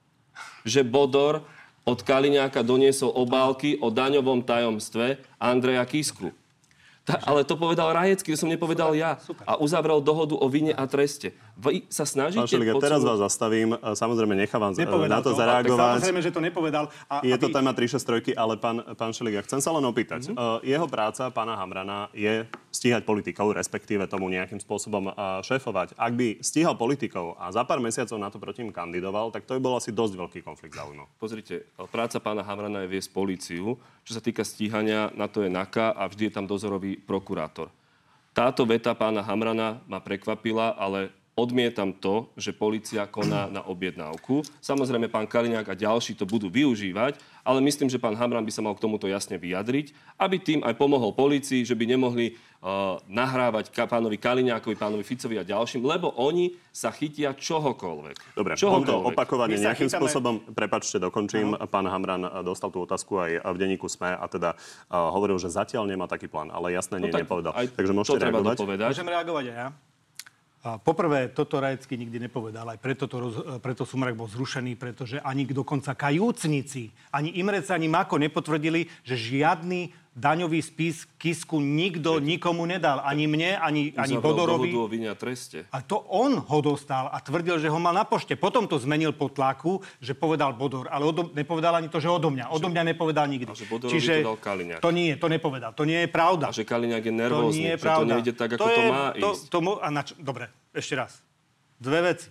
Že Bodor od Kaliňáka doniesol obálky o daňovom tajomstve Andreja Kisku. Ta, ale to povedal Rajecký, to som nepovedal ja. Super. A uzavrel dohodu o vine a treste. Vy sa snažíte... Pán Šeliga, teraz vás zastavím. Samozrejme, nechávam na to, to zareagovať. Samozrejme, že to nepovedal. A, je aby... to téma tri šesť tri, ale pán, pán Šeliga, chcem sa len opýtať. Mm-hmm. Jeho práca, pána Hamrana, je stíhať politikov, respektíve tomu nejakým spôsobom šéfovať. Ak by stíhal politikov a za pár mesiacov na to proti nim kandidoval, tak to by bol asi dosť veľký konflikt záujmov. Pozrite, práca pána Hamrana je viesť políciu. Čo sa týka stíhania, na to je NAKA a vždy je tam dozorový prokurátor. Táto veta pána Hamrana ma prekvapila, ale odmietam to, že polícia koná na objednávku. Samozrejme, pán Kaliňák a ďalší to budú využívať, ale myslím, že pán Hamran by sa mal k tomuto jasne vyjadriť, aby tým aj pomohol polícii, že by nemohli uh, nahrávať pánovi Kaliňákovi, pánovi Ficovi a ďalším, lebo oni sa chytia čohokoľvek. Dobre, on to opakovane nejakým chytame... spôsobom, prepáčte, dokončím. Uh-huh. Pán Hamran dostal tú otázku aj v denníku es em e a teda uh, hovoril, že zatiaľ nemá taký plán, ale jasne nie, no tak, nepovedal. Takže môžete reagovať. Môžem reagovať aj ja. Poprvé, toto Rajecký nikdy nepovedal, aj preto, to roz, preto Sumrak bol zrušený, pretože ani dokonca kajúcnici, ani Imrec, ani Mako nepotvrdili, že žiadny daňový spis Kisku nikto nikomu nedal. Ani mne, ani, ani Bodorovi. Dohodu o vine a treste. A to on ho dostal a tvrdil, že ho mal na pošte. Potom to zmenil po tlaku, že povedal Bodor. Ale odo, nepovedal ani to, že odo mňa. Odo mňa nepovedal nikdy. A že Bodorovi Čiže to dal Kaliňák. To nie, to nepovedal. To nie je pravda. A že Kaliňák je nervózny. To nie je že pravda. to nejde tak, ako to, to je, má to, ísť. To, to, a nač- Dobre, ešte raz. Dve veci.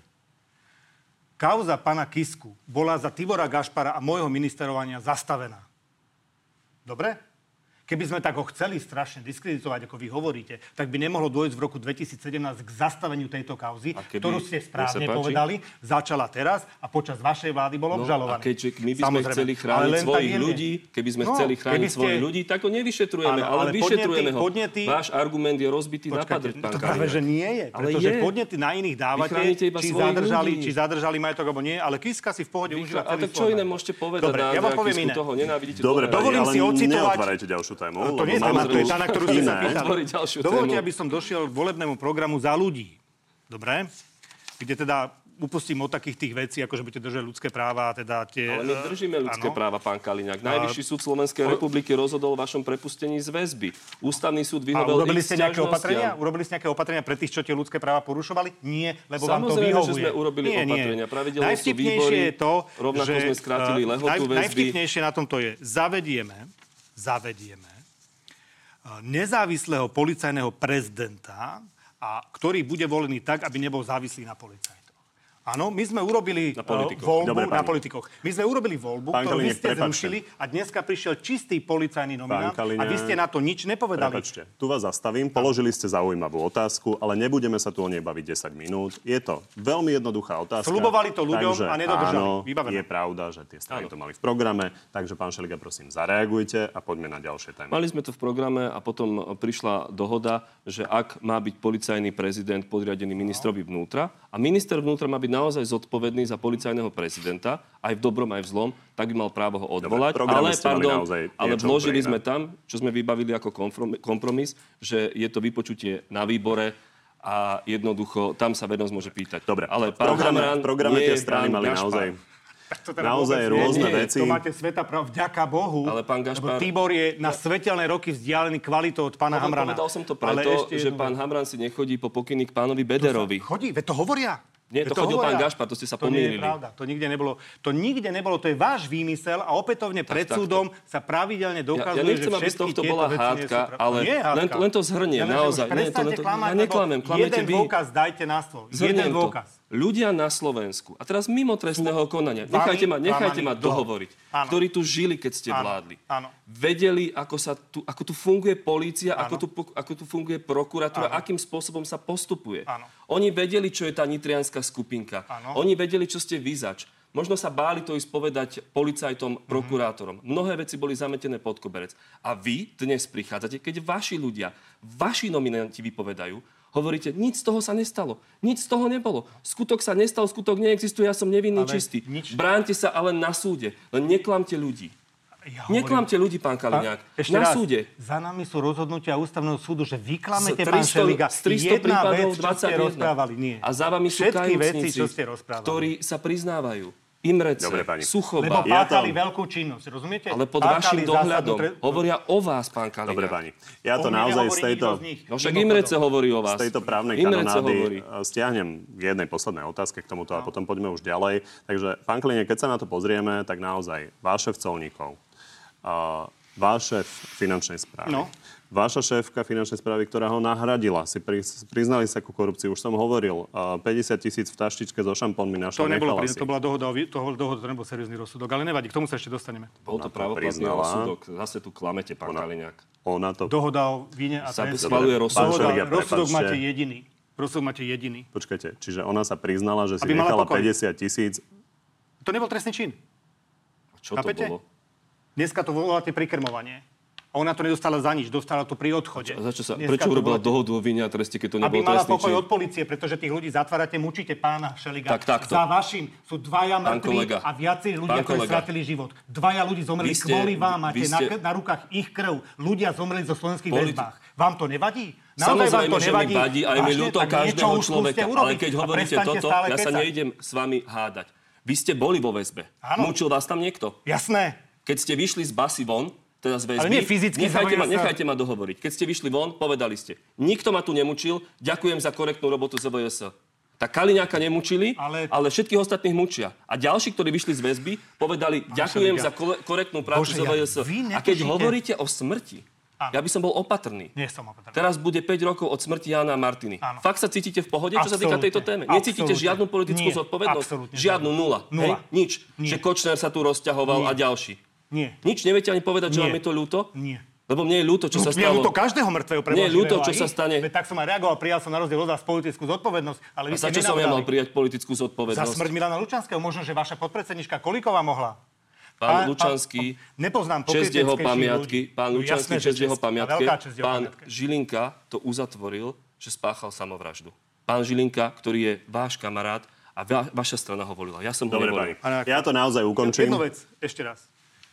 Kauza pána Kisku bola za Tibora Gašpara a môjho ministerovania zastavená. Dobre? Keby sme tak ho chceli strašne diskreditovať, ako vy hovoríte, tak by nemohlo dôjsť v roku dvetisícsedemnásť k zastaveniu tejto kauzy, keby, ktorú ste správne povedali, začala teraz a počas vašej vlády bol obžalovaný. No a keďže my by sme chceli chrániť svojich ľudí, keby sme no, chceli chrániť ste... svojich ľudí, tak ho nevyšetrujeme, ale, ale vyšetrujeme ho. Podnety... Váš argument je rozbitý na padrť, pán Kaliňák. To práve, že nie je, pretože podnety na iných dávate, či zadržali, či zadržali majetok, alebo nie, ale Kiska si v pohode užíva celý svoj. Ale tak čo iné môžete povedať na Kisku toho? Nenávidíte Dobre, dovolím si ocitovať. Tému, to nie je téma, to je tá, na ktorú ste sa pýtali. Dovolte, tému. aby som došiel k volebnému programu Za ľudí. Dobre? Kde teda upustím od takých tých vecí, ako že budete držať ľudské práva. Teda tie, ale my držíme ľudské ano. práva, pán Kaliňák. Najvyšší súd Slovenskej republiky rozhodol o vašom prepustení z väzby. Ústavný súd vyhovel urobili ste nejaké opatrenia? sťažnostiam. Urobili ste nejaké opatrenia pre tých, čo tie ľudské práva porušovali? Nie, lebo vám to Samozrejme, vyhovuje. že sme urobili nie, opatrenia. Pravidelne sú najvtipnejšie výbory, je to, rovnako že, sme skrátili lehotu naj, väzby. Najvtipnejšie na tomto je, zavedieme, zavedieme nezávislého policajného prezidenta, a ktorý bude volený tak, aby nebol závislý na policajtoch. Áno, my sme urobili na politikoch. voľbu Dobre, na politikoch. My sme urobili voľbu, pán ktorú vy Kaliňák, ste prepáčte. zrušili a dneska prišiel čistý policajný nominant Kaliňák, a vy ste na to nič nepovedali. Prepáčte, tu vás zastavím. Položili ste zaujímavú otázku, ale nebudeme sa tu o nej baviť desať minút. Je to veľmi jednoduchá otázka. Sľubovali to ľuďom takže, a nedodržali. Áno, Vybavené. je pravda, že tie strany to mali v programe. Takže pán Šeliga, prosím, zareagujte a poďme na ďalšie témy. Mali sme to v programe a potom prišla dohoda, že ak má byť policajný prezident podriadený ministrovi vnútra a minister vnútra má byť naozaj zodpovedný za policajného prezidenta, aj v dobrom, aj v zlom, tak by mal právo ho odvolať. Dobre, ale pardon, ale niečo vložili Ukrajina. sme tam, čo sme vybavili ako kompromis, že je to vypočutie na výbore a jednoducho tam sa verejnosť môže pýtať. Dobre, ale v programe, Hamran v programe nie tie je strany pán mali Gašpar. naozaj... To teda Naozaj vôbec rôzne nie, nie. veci. To máte sveta prav, vďaka Bohu. Ale pán Gašpar... Lebo Tibor je na svetelné roky vzdialený kvalitou od pána No, Hamrana. povedal som to preto, že pán Hamran si nechodí po pokyny k pánovi Bederovi. Chodí, veď to hovoria. Nie, to chodil pán Gašpar, to ste sa to nie je pomýlili. pravda, to nikde nebolo. To nikde nebolo, to je váš výmysel a opätovne pred tak, súdom sa pravidelne dokazuje, Ja, ja nechcem, že aby z všetky tohto tieto bola veci hádka, nie sú pravda. ale Nie je hádka. len, len to zhrniem, Ja naozaj. Ne, to, to, klamať, ja neklamem, klamete jeden vy. dôkaz dajte na stôl. Jeden Zhrniem to. dôkaz. Ľudia na Slovensku, a teraz mimo trestného konania, nechajte ma, nechajte ma dohovoriť, Áno. ktorí tu žili, keď ste Áno. vládli. Áno. Vedeli, ako, sa tu, ako tu funguje polícia, Áno. ako tu, ako tu funguje prokuratúra, Áno. akým spôsobom sa postupuje. Áno. Oni vedeli, čo je tá nitrianská skupinka. Áno. Oni vedeli, čo ste vy zač. Možno sa báli to ísť povedať policajtom, prokurátorom. Mnohé veci boli zametené pod koberec. A vy dnes prichádzate, keď vaši ľudia, vaši nominanti vypovedajú, hovoríte, nič z toho sa nestalo. Nič z toho nebolo. Skutok sa nestal, skutok neexistuje, ja som nevinný, Ale čistý. nič- Bránte sa ale na súde. Len neklamte ľudí. Ja hovorím- Neklamte ľudí, pán Kaliňák. Ešte Na raz, súde. za nami sú rozhodnutia ústavného súdu, že vy klamete, Z pán tristo Šeliga. z tristo Jedna prípadov vec, čo ste dvadsaťjeden. rozprávali, nie. A za vami sú Všetky kajúcnici, veci, čo ste rozprávali. ktorí sa priznávajú. Imrece, Dobre, pani. Suchoba. Lebo Ja páchali to- veľkú činnosť, rozumiete? Ale pod Páchali vašim zásadnú dohľadom. tre- Hovoria o vás, pán Kaliňák. Dobre, pani. Ja to O mne naozaj nehovorí z tejto... nikto z nich. No však Mimochodom. Imrece hovorí o vás. Z tejto právnej Imrece kanonády hovorí. stiahnem k jednej poslednej otázke k tomuto a potom poďme už ďalej. Takže, pán Kaliňák, keď sa na to pozrieme, tak naozaj váš šéf colníkov, uh, váš šéf finančnej správy, No. vaša šéfka finančnej správy, ktorá ho nahradila, si pri, priznali sa ku korupcii, už som hovoril, uh, päťdesiat tisíc v taštičke so šampónmi To našla, nebolo, nechala pri- si. to bola dohoda, o vý- toho, dohoda, to nebol seriózny rozsudok, ale nevadí, k tomu sa ešte dostaneme. Bol to Ona to pravoplatný priznala. rozsudok. Zase tu klamete, pán Kaliňák. Ona to... Dohoda o víne a Sa treste. schvaľuje rozsudok. Pán Dohoda, Šeliga, rozsudok prepáčte. máte jediný. Rozsudok máte jediný. Počkajte, čiže ona sa priznala, že si Aby mala nechala pokoj. päťdesiat tisíc. To nebol trestný čin. A čo to Chápete? bolo? Dneska to voláte prikrmovanie. A ona to nedostala za nič, dostala to pri odchode. A za čo sa, Dneska prečo to urobila voláte- dohodu o vine a treste, keď to Aby nebol mala trestný pokoj čin? od policie, pretože tých ľudí zatvárate, mučíte pána Šeliga. Tak takto. Za vašim sú dvaja Pán mŕtvi kolega. a viacerí ľudia, Pán ktorí kolega. stratili život. Dvaja ľudí zomreli Vy ste- kvôli vám. Máte vy na, ste- k- na rukách ich krv. Ľudia zomreli zo slovenských Politi- väzbách. Vám to nevadí? Naozaj vám Samozrejme, to že mi nevadí? vadí a je mi Vážne? ľúto Tak niečo každého už skúste človeka. Ale urobiť keď a hovoríte prestaňte toto, stále ja sa kecať. nejdem s vami hádať. Vy ste boli vo väzbe. Áno. Mučil vás tam niekto? Jasné. Keď ste vyšli z basy von, teda z väzby. Ale nie fyzicky. Nechajte ma, sa... nechajte ma dohovoriť. Keď ste vyšli von, povedali ste, nikto ma tu nemučil, ďakujem za korektnú robotu zet vé es. Tak Kaliňáka nemučili, ale... ale všetkých ostatných mučia. A ďalší, ktorí vyšli z väzby, povedali, ďakujem za korektnú prácu zet vé es. A keď hovoríte o smrti, áno. Ja by som bol opatrný. Nie som opatrný. Teraz bude päť rokov od smrti Jána a Martiny. Áno. Fakt sa cítite v pohode, čo sa týka tejto téme? Necítite žiadnu politickú Nie. zodpovednosť? Absolútne. Žiadnu, nula. Nula. Hej? Nič. Nie. Že Kočner sa tu rozťahoval Nie. a ďalší. Nie. Nič neviete ani povedať, že Nie. vám je to ľúto? Nie. Lebo mne je ľúto, čo sa Mne je stalo. ľúto každého mŕtvého Mne je ľúto, čo sa stane. Veď tak som aj reagoval, prijal som na rozdiel od vás politickú zodpovednosť, ale vy A za ste čo som ja mal nenapadali. prijať politickú Za zodpovednosť? smrť Milana Lučanského. Možno, že vaša podpredsednička Kolíková mohla. Pán Lučanský, nepoznám česť jeho pokryteckejších pamiatky, ľudí. pán No Lučanský, jasné, že česť jeho česť. A pamiatke, veľká česť jeho pán pamiatke. Žilinka to uzatvoril, že spáchal samovraždu. Pán Žilinka, ktorý je váš kamarát a va- vaša strana ho volila. Ja som ho Dobre, nevolil. pani. Ja to naozaj ukončím. Jednu vec, ešte raz.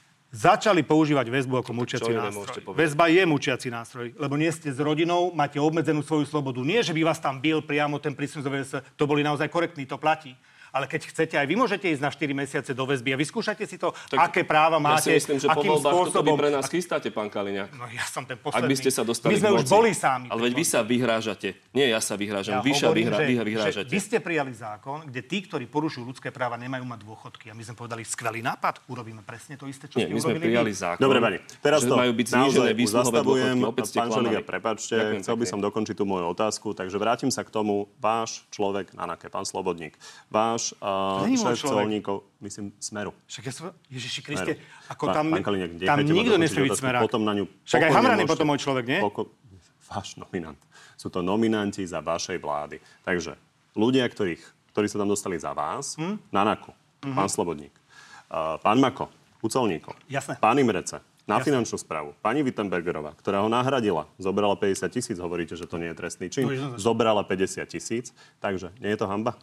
Začali používať väzbu ako mučiaci Čo iné nástroj. môžete povedať? Väzba je mučiaci nástroj, lebo nie ste s rodinou, máte obmedzenú svoju slobodu. Nie, že by vás tam bil priamo ten príslušný vé es, to boli naozaj korektní, to platí. Ale keď chcete, aj vy môžete ísť na štyri mesiace do väzby a vyskúšate si to, tak aké práva máte, Ja si myslím, že po akým voľbách toto spôsobom. vy pre nás chystáte, pán Kaliňák. No ja som ten Ak posledný. by ste sa dostali My sme k už moci. boli sami. Ale veď vy sa vyhrážate. Nie, ja sa vyhrážam. Ja vy sa hovorím, vyhrá, že, vy že vyhrážate. vy ste prijali zákon, kde tí, ktorí porušujú ľudské práva, nemajú mať dôchodky. A my sme povedali, skvelý nápad, urobíme presne to isté, čo Nie, ste my sme urobili prijali vy. zákon. Dobre, pani, teraz že to majú byť naozaj znížené už výsluhové zastavujem. dôchodky. Opäť ste Pán klamali. Šeliga, prepáčte, Ďakujem chcel by pekne. som dokončiť tú moju otázku, takže vrátim sa k tomu. Váš človek na NAKE, pán Slobodník, váš uh, To není môj šéf človek. colníkov, myslím, Smeru. Však ja som, Ježiši Kriste, Smeru. ako Pán- tam, pán Kaliňák, tam nechajte ma nikto dokončiť nesmie byť otázku, smerák. potom na ňu Však aj pokojne Hamran je môžete- potom môj človek, nie? Poko- váš nominant. Sú to nominanti za vašej vlády. Takže ľudia, ktorých, ktorí sa tam dostali za vás, hm? na NAKU, Mhm. pán Slobodník, uh, pán Mako, u colníkov, Jasné. pán Imrece, na Jasné. finančnú správu, pani Wittenbergerová, ktorá ho nahradila, zobrala päťdesiat tisíc, hovoríte, že to nie je trestný čin, No, jednoznačne. zobrala päťdesiat tisíc, takže nie je to hanba?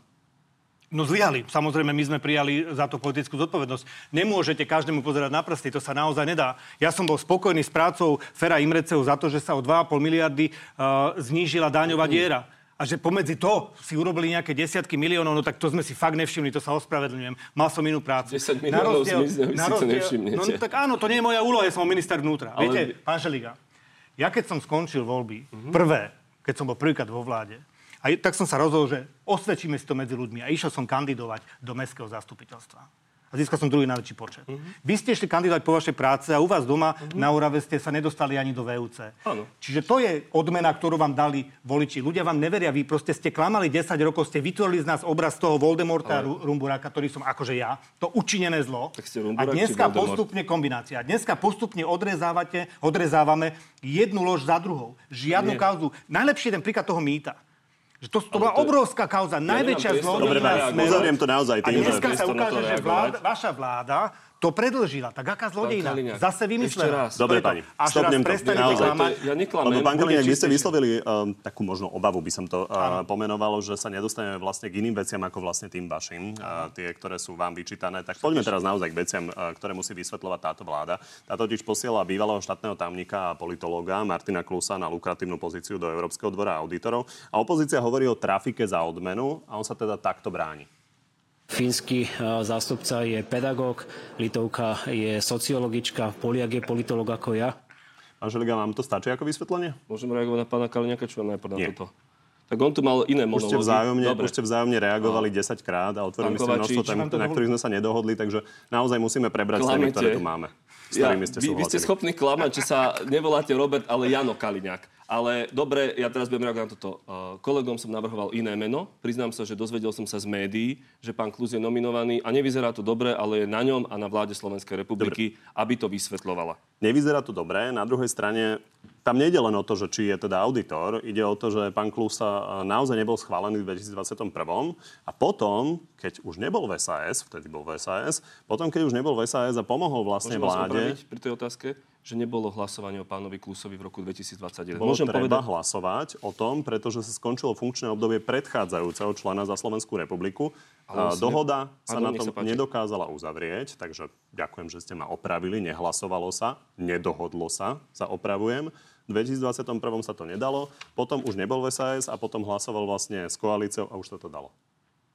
No zlyhali. Samozrejme, my sme prijali za to politickú zodpovednosť. Nemôžete každému pozerať na prsty, to sa naozaj nedá. Ja som bol spokojný s prácou Fera Imreceho za to, že sa o dva a pol miliardy uh, znížila daňová diera. A že pomedzi to si urobili nejaké desiatky miliónov, no tak to sme si fakt nevšimli, to sa ospravedlňujem. Mal som inú prácu. desať miliónov zmizne, vy si to nevšimnete. No tak áno, to nie je moja úloha, ja som minister vnútra. Ale- Viete, pán Šeliga, ja keď som skončil voľby, prvé, keď som bol prvýkrát vo vláde, a tak som sa rozhodol, že osvedčíme si to medzi ľuďmi a išiel som kandidovať do mestského zastupiteľstva. A získal som druhý najväčší počet. Mm-hmm. Vy ste išli kandidovať po vašej práce a u vás doma mm-hmm. na Orave ste sa nedostali ani do vé ú cé. Áno. Čiže to je odmena, ktorú vám dali voliči. Ľudia vám neveria, vy proste ste klamali desať rokov, ste vytvorili z nás obraz toho Voldemorta a Ale... Rumburáka, ktorý som akože ja. To učinené zlo. Tak ste A Rumburák či dneska Voldemort? postupne kombinácia. A dneska postupne odrezávate, odrezávame jednu lož za druhou. Žiadnu Nie. kauzu. Najlepší jeden príklad toho mýta. Že to, to bola to- obrovská kauza, najväčšia priestor. Dobre, zlodejína pani, Smeru. uzavriem to naozaj A tým, že... dneska sa priestor na to ukáže, že reagovať. vláda, vaša vláda to predĺžila. Tak aká zlodejina? Kaliňák, Zase ešte vymyslená. raz. Dobre, To je to. pani, Až teraz stopnem to. prestanete Naozaj. klamať. Ja neklamem. Lebo pán bude Kaliňák, vy ste čistejšie. vyslovili um, takú možno obavu, by som to uh, pomenovalo, že sa nedostaneme vlastne k iným veciam ako vlastne tým vašim, uh, tie, ktoré sú vám vyčítané. Tak poďme teraz naozaj k veciam, uh, ktoré musí vysvetľovať táto vláda. Tá totiž posiela bývalého štátneho tajomníka a politológa Martina Klusa na lukratívnu pozíciu do Európskeho dvora auditorov. A opozícia hovorí o trafike za odmenu a on sa teda takto bráni. Fínsky zástupca je pedagóg, Litovka je sociologička, Poliak je politológ ako ja. Pán Šeliga, vám to stačí ako vysvetlenie? Môžem reagovať na pána Kaliňáka, čo najprv na Nie. toto? Tak on tu mal iné Už ste monológy. vzájomne, Dobre. už ste vzájomne reagovali desaťkrát a otvorili ste Pán množstvo Kovačič, tém, vám to na dovolí? ktorých sme sa nedohodli, takže naozaj musíme prebrať s tými, Klamete. ktoré tu máme. S Ja, ktorými ste vy, vy ste súhlasili. schopní klamať, že sa nevoláte Robert, ale Jano Kaliňák. Ale dobre, ja teraz budem reagovať na toto. Uh, kolegom som navrhoval iné meno. Priznám sa, že dozvedel som sa z médií, že pán Klus je nominovaný a nevyzerá to dobre, ale je na ňom a na vláde Slovenskej republiky, dobre, aby to vysvetľovala. Nevyzerá to dobre. Na druhej strane, tam nejde len o to, že či je teda auditor. Ide o to, že pán Klus sa naozaj nebol schválený v dvetisícdvadsaťjeden. A potom, keď už nebol v es a es, vtedy bol v es a es, potom, keď už nebol v es a es a pomohol vlastne Môžem vás vláde... opraviť pri tej otázke, že nebolo hlasovanie o pánovi Klusovi v roku dvetisícdvadsaťjeden. Bolo Môžem treba povedať... hlasovať o tom, pretože sa skončilo funkčné obdobie predchádzajúceho člena za Slovenskú republiku. Ale A si dohoda ne- sa Pardon, na nech tom sa páči. nedokázala uzavrieť, takže ďakujem, že ste ma opravili. Nehlasovalo sa, nedohodlo sa, sa opravujem. V dvetisícdvadsaťjeden sa to nedalo, potom už nebol v es a es a potom hlasoval vlastne s koalíciou a už sa to dalo.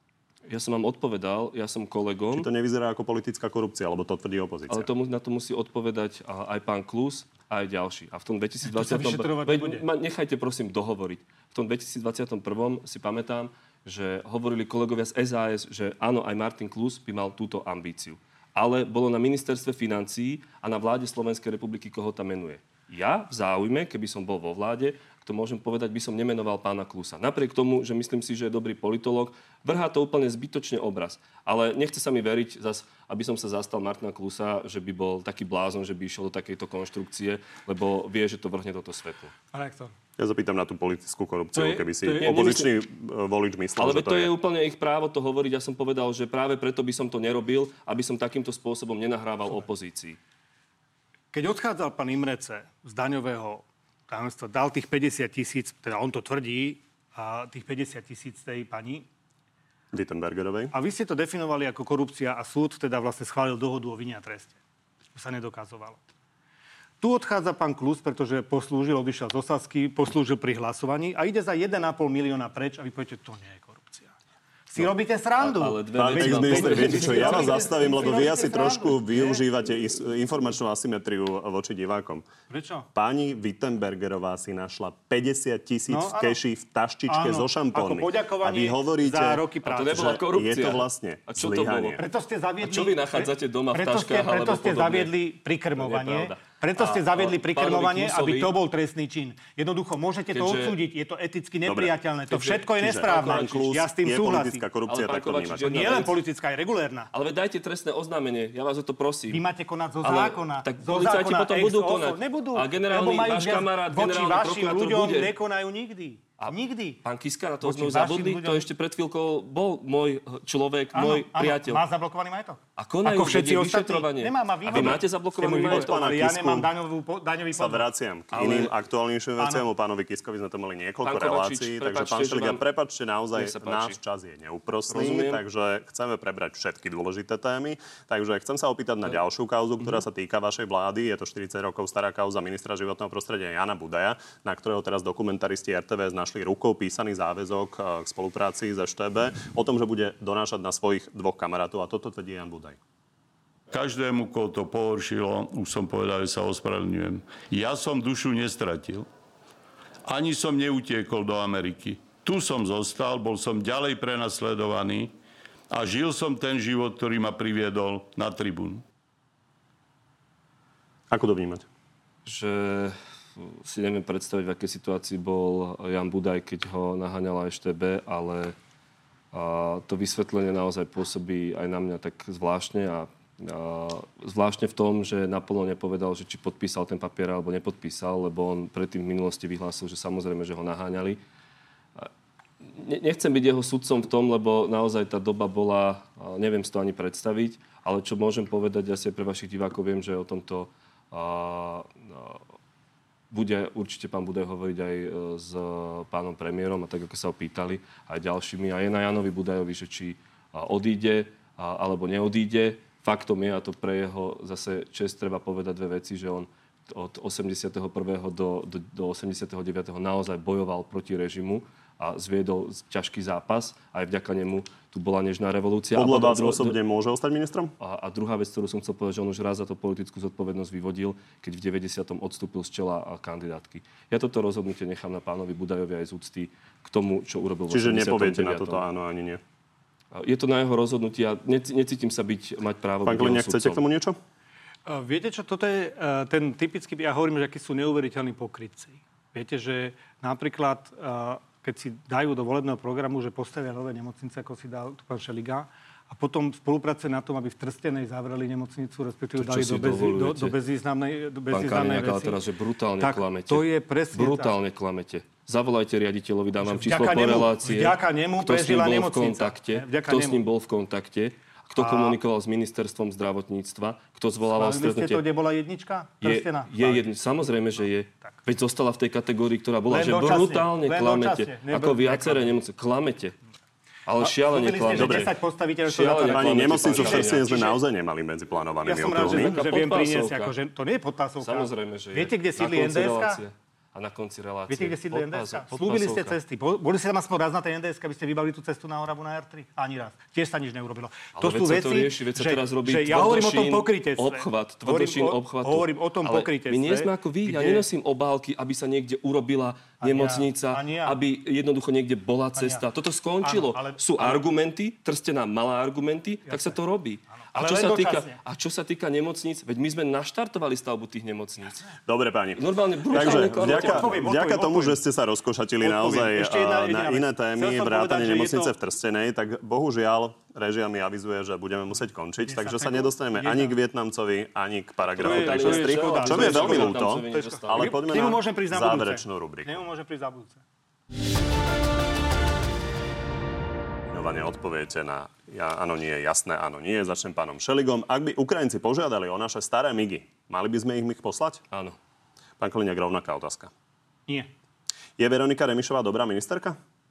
Ja som vám odpovedal, ja som kolegom. Či to nevyzerá ako politická korupcia, lebo to tvrdí opozícia. Ale tomu, na to musí odpovedať aj pán Klus, aj ďalší. A v tom dvetisícdvadsiatom Veď, nechajte prosím dohovoriť. V tom dvetisícdvadsiatom prvom si pamätám, že hovorili kolegovia z es a es, že áno, aj Martin Klus by mal túto ambíciu. Ale bolo na ministerstve financií a na vláde Slovenskej republiky, koho tam menuje. Ja v záujme, keby som bol vo vláde, to môžem povedať, by som nemenoval pána Klusa. Napriek tomu, že myslím si, že je dobrý politológ, vrhá to úplne zbytočne obraz. Ale nechce sa mi veriť, zas, aby som sa zastal Martina Klusa, že by bol taký blázon, že by išiel do takejto konštrukcie, lebo vie, že to vrhne toto svetlo. Ja zapýtam na tú politickú korupciu, je, keby si je, opozičný nemyslím, volič myslel, ale že to, to je. je úplne ich právo to hovoriť. Ja som povedal, že práve preto by som to nerobil, aby som takýmto spôsobom nenahrával opozícii. Keď odchádzal pán Imrece z daňového tajomstva, dal tých päťdesiat tisíc, teda on to tvrdí, a tých päťdesiat tisíc tej pani Wittenbergerovej. A vy ste to definovali ako korupcia a súd teda vlastne schválil dohodu o vine a treste. To sa nedokazovalo. Tu odchádza pán Klus, pretože poslúžil, odišiel z Osasky, poslúžil pri hlasovaní a ide za jeden a pol milióna preč a vy poviete, to nie je korupcia. Si no, robíte srandu. Ale dve pán ex-minister, viete čo, ja vás zastavím, lebo vy asi srandu. trošku využívate is- informačnú asymetriu voči divákom. Prečo? Pani Wittenbergerová si našla päťdesiat tisíc No, v keši v taštičke áno, so šampónmi. ako poďakovanie a vy hovoríte, za roky práce. A to nebola korupcia. je to vlastne A čo to zlyhanie. bolo? Preto ste zaviedli... A čo vy nachádzate doma v preto ste, taškách preto alebo ste podobne? zaviedli prikrmovanie. To nie je pravda. Preto ste A- zaviedli a prikrmovanie, pánovi aby Klusovi- to bol trestný čin. Jednoducho, môžete to Keďže- odsúdiť, je to eticky nepriateľné. To Keďže- všetko je čiže nesprávne. pán Klus Ja s tým je súhlasím. politická korupcia, Ale tak to pán vnímate. Kovačič, Nie len politická, aj regulérna. Ale veď dajte trestné oznámenie, ja vás o to prosím. Vy máte konať zo Ale zákona. tak zo policajti zákona potom ex budú ofo. konať. Nebudú. A generálny lebo majú váš viac- kamarát, voči generálny vašim prokurátor ľuďom bude. nekonajú nikdy. A Nikdy. Pán Kiska, na to Voči sme vašim zabudli, to ľuďom- ešte pred chvíľkou bol môj človek, Áno, môj áno, priateľ. má zablokovaný majetok. A konajú, Ako všetci vedie ostatní. vyšetrovanie. Nemá, má A vy výhodu. máte Ste zablokovaný môj majetok? výhodu, ale ja Kisku nemám daňovú, po- daňový sa podvod. vraciam k Ale- iným aktuálnejším veciam. Áno. O pánovi Kiskovi sme to mali niekoľko Pán Kovačič, relácií, takže prepáčte, pán že Šeliga, vám- prepáčte, naozaj Nech sa páči. náš čas je neúprosný, Rozumiem. takže chceme prebrať všetky dôležité témy. Takže chcem sa opýtať na ďalšiu kauzu, ktorá sa týka vašej vlády. Je to štyridsať rokov stará kauza ministra životného prostredia Jana Budaja, na ktorého teraz dokumentaristi er té vé es našli rukou písaný záväzok k spolupráci s eš té bé o tom, že bude donášať na svojich dvoch kamarátov, a toto tvrdí Jan Budaj. Každému, koho to pohoršilo, už som povedal, že sa ospravedlňujem. Ja som dušu nestratil. Ani som neutiekol do Ameriky. Tu som zostal, bol som ďalej prenasledovaný a žil som ten život, ktorý ma priviedol na tribúnu. Ako to vnímať? Že si neviem predstaviť, v akej situácii bol Jan Budaj, keď ho naháňala eš té bé, ale a to vysvetlenie naozaj pôsobí aj na mňa tak zvláštne a, a zvláštne v tom, že naplno nepovedal, že či podpísal ten papier alebo nepodpísal, lebo on predtým v minulosti vyhlásil, že samozrejme, že ho naháňali. Ne, nechcem byť jeho sudcom v tom, lebo naozaj tá doba bola, neviem si to ani predstaviť, ale čo môžem povedať, asi pre vašich divákov viem, že o tomto a, a, bude určite pán Budaj hovoriť aj s pánom premiérom a tak, ako sa ho pýtali, aj ďalšími. A je na Janovi Budajovi, že či odíde alebo neodíde. Faktom je, a to pre jeho zase čest treba povedať dve veci, že on od osemdesiateho prvého do, do, do osemdesiateho deviateho naozaj bojoval proti režimu a zviedol ťažký zápas. Aj vďaka nemu tu bola nežná revolúcia. Podľa vás osobne môže ostať ministrom? A, a druhá vec, ktorú som chcel povedať, že on už raz za to politickú zodpovednosť vyvodil, keď v deväťdesiatom odstúpil z čela kandidátky. Ja toto rozhodnutie nechám na pánovi Budajovi aj z úcty k tomu, čo urobil v Čiže osemdesiatom deviatom nepoviete na toto áno ani nie? Je to na jeho rozhodnutie a necítim sa byť, mať právo Pán byť jeho Kaliňák, chcete sudcom. k tomu niečo? Uh, viete čo, toto je uh, ten typický, ja hovorím, že akí sú neuveriteľní pokrytci. Viete, že napríklad, uh, keď si dajú do volebného programu, že postavia nové nemocnice, ako si dal tu pán Šeliga, a potom spolupracuje na tom, aby v Trstenej zavreli nemocnicu, respektíve To, dali čo do, si bez, do, dovolujete. do bezvýznamnej, do Pán bezvýznamnej Kaliňák, ale veci. teraz, že brutálne Tak klamete. to je presne Brutálne klamete. Zavolajte riaditeľovi, dám vám číslo Vďaka nemu- korelácie. vďaka nemu kto s ním prežila bol v nemocnica. kontakte, Vďaka kto s nemu. ním bol v kontakte, kto A- komunikoval s ministerstvom zdravotníctva, kto zvolával Schválili ste stretnutie. to, kde bola jednička? Je, Trstená? je jedn, samozrejme, že je. Veď zostala v tej kategórii, ktorá bola, Len že dočasne. brutálne Len klamete. dočasne. Ako Nebr- viaceré nemocnice. Klamete. Ale šialene Slúbili ste, klamete. že desať postaviteľov sú Šialene za- Pani, klamete, nemocnicu pán v Trstene sme Kaliňák. naozaj nemali medzi plánovanými Ja som rád, že, okruhmi. že viem priniesť, podpásovka. akože to nie je podpásovka. Samozrejme, že je. Viete, kde Na sídli konci en dé eska? relácie. a na konci relácie... Viete, kde sídli en dé eska? Podpásov- Slúbili ste podpásovka. cesty. Bo- Boli ste tam aspoň raz na tej en dé eske, aby ste vybavili tú cestu na Oravu na er tri? Ani raz. Tiež sa nič neurobilo. Ale To veď sú sa veci, to rieši, veď sa že, teraz robí že ja hovorím o tom tvrdošín pokrytectve. obchvat, Hovorím tvrdošín o- obchvatu. Hovorím o tom Ale pokrytectve. my nie sme ako vy. Ja kde- nenosím obálky, aby sa niekde urobila Ani ja, nemocnica, ani ja. aby jednoducho niekde bola cesta. Toto skončilo. Áno, ale- Sú ale- argumenty, Trstená mala argumenty, tak sa to robí. A Ale čo, len sa týka, dočasne. a čo sa týka nemocníc, veď my sme naštartovali stavbu tých nemocníc. Dobre, pani. Normálne Takže brutálne klamete. vďaka, Odpoviem, vďaka odpoviem, tomu, odpoviem. že ste sa rozkošatili Odpoviem. naozaj Ešte jedna a, jediná na vec. iné Chcel témy, som povedať, vrátane že je nemocnice to- v Trstenej, tak bohužiaľ režia mi avizuje, že budeme musieť končiť, desať takže sa sekúnd. nedostaneme Jedna. ani k Vietnamcovi, ani k paragrafu To je- tri to je šesť tri, škoda. čo To mi je je veľmi škoda. ľúto, To je škoda. ale poďme K nemu na môžem prísť na budúce. záverečnú rubriku. K nemu môžem prísť za budúce. Inovane odpoviete na ja, áno, nie, jasné, áno, nie. Začnem pánom Šeligom. Ak by Ukrajinci požiadali o naše staré migy, mali by sme ich mig poslať? Áno. Pán Kaliňák, rovnaká otázka. Nie. Je Veronika Remišová dobrá ministerka?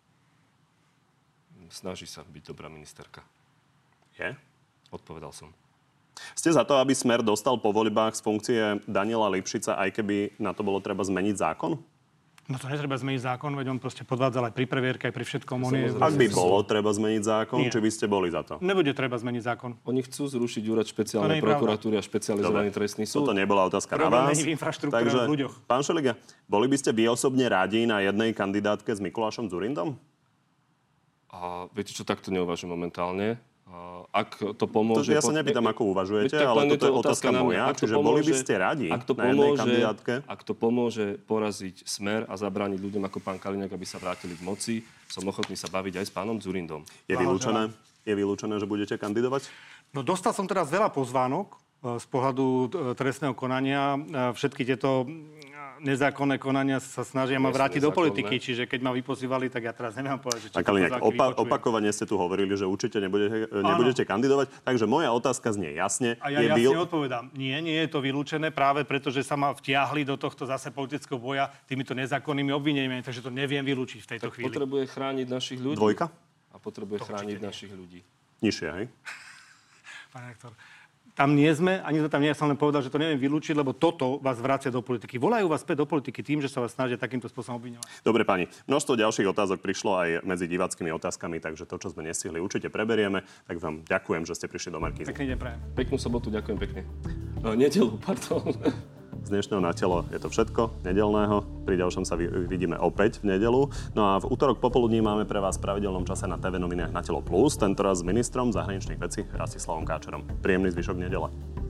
Snaží sa byť dobrá ministerka. Je? Odpovedal som. Ste za to, aby Smer dostal po voľbách z funkcie Daniela Lipšica, aj keby na to bolo treba zmeniť zákon? No to netreba zmeniť zákon, veď on proste podvádzal aj pri previerke, aj pri všetkom. On je... Ak by bolo treba zmeniť zákon, Nie. či by ste boli za to? Nebude treba zmeniť zákon. Oni chcú zrušiť úrad To špeciálnej nie je pravda. prokuratúry a špecializovaný trestný súd. Toto nebola otázka na Problém vás. není v infraštruktúre, Takže, v ľuďoch. pán Šeliga, boli by ste vy osobne radi na jednej kandidátke s Mikulášom Dzurindom? A viete čo, takto neuvažujem momentálne. A ak to To, pomôže... ja sa po- nepýtam, ako uvažujete, Veď tak ale len toto je otázka na mňa. moja. Ak to Čiže boli by pomôže- ste radi ak to na jednej pomôže, kandidátke? Ak to pomôže poraziť Smer a zabrániť ľuďom ako pán Kaliňák, aby sa vrátili k moci, som ochotný sa baviť aj s pánom Dzurindom. Je vylúčené, je vylúčené, že budete kandidovať? No dostal som teraz veľa pozvánok e, z pohľadu e, trestného konania. E, Všetky tieto e, nezákonné konania sa snažia ma Nie sú vrátiť do nezákonné. politiky, čiže keď ma vypozývali, tak ja teraz neviem povedať, že či Pán to Kaliňák, pozvánky opa- vypočujem. opakovane ste tu hovorili, že určite nebudete, nebudete kandidovať, takže moja otázka znie jasne. A ja je jasne vyl- odpovedám. Nie, nie je to vylúčené práve preto, že sa ma vtiahli do tohto zase politického boja týmito nezákonnými obvineniami, takže to neviem vylúčiť v tejto Tak chvíli. potrebuje chrániť našich ľudí. Dvojka? A potrebuje chrániť našich ľudí. Nižšie, hej? Pán rektor, tam nie sme, ani sme tam nie, ja som len povedal, že to neviem vylúčiť, lebo toto vás vracia do politiky. Volajú vás späť do politiky tým, že sa vás snažia takýmto spôsobom obviňovať. Dobre, pani. Množstvo ďalších otázok prišlo aj medzi diváckými otázkami, takže to, čo sme nestihli, určite preberieme. Tak vám ďakujem, že ste prišli do Markízy. Pekný deň prajem. Peknú sobotu, ďakujem pekne. No, nedelu, pardon. Z dnešného Na telo je to všetko, nedelného. Pri ďalšom sa vidíme opäť v nedelu. No a v útorok popoludní máme pre vás v pravidelnom čase na té vé novinách Na telo plus, tentoraz s ministrom zahraničných vecí Rastislavom Káčerom. Príjemný zvyšok nedele.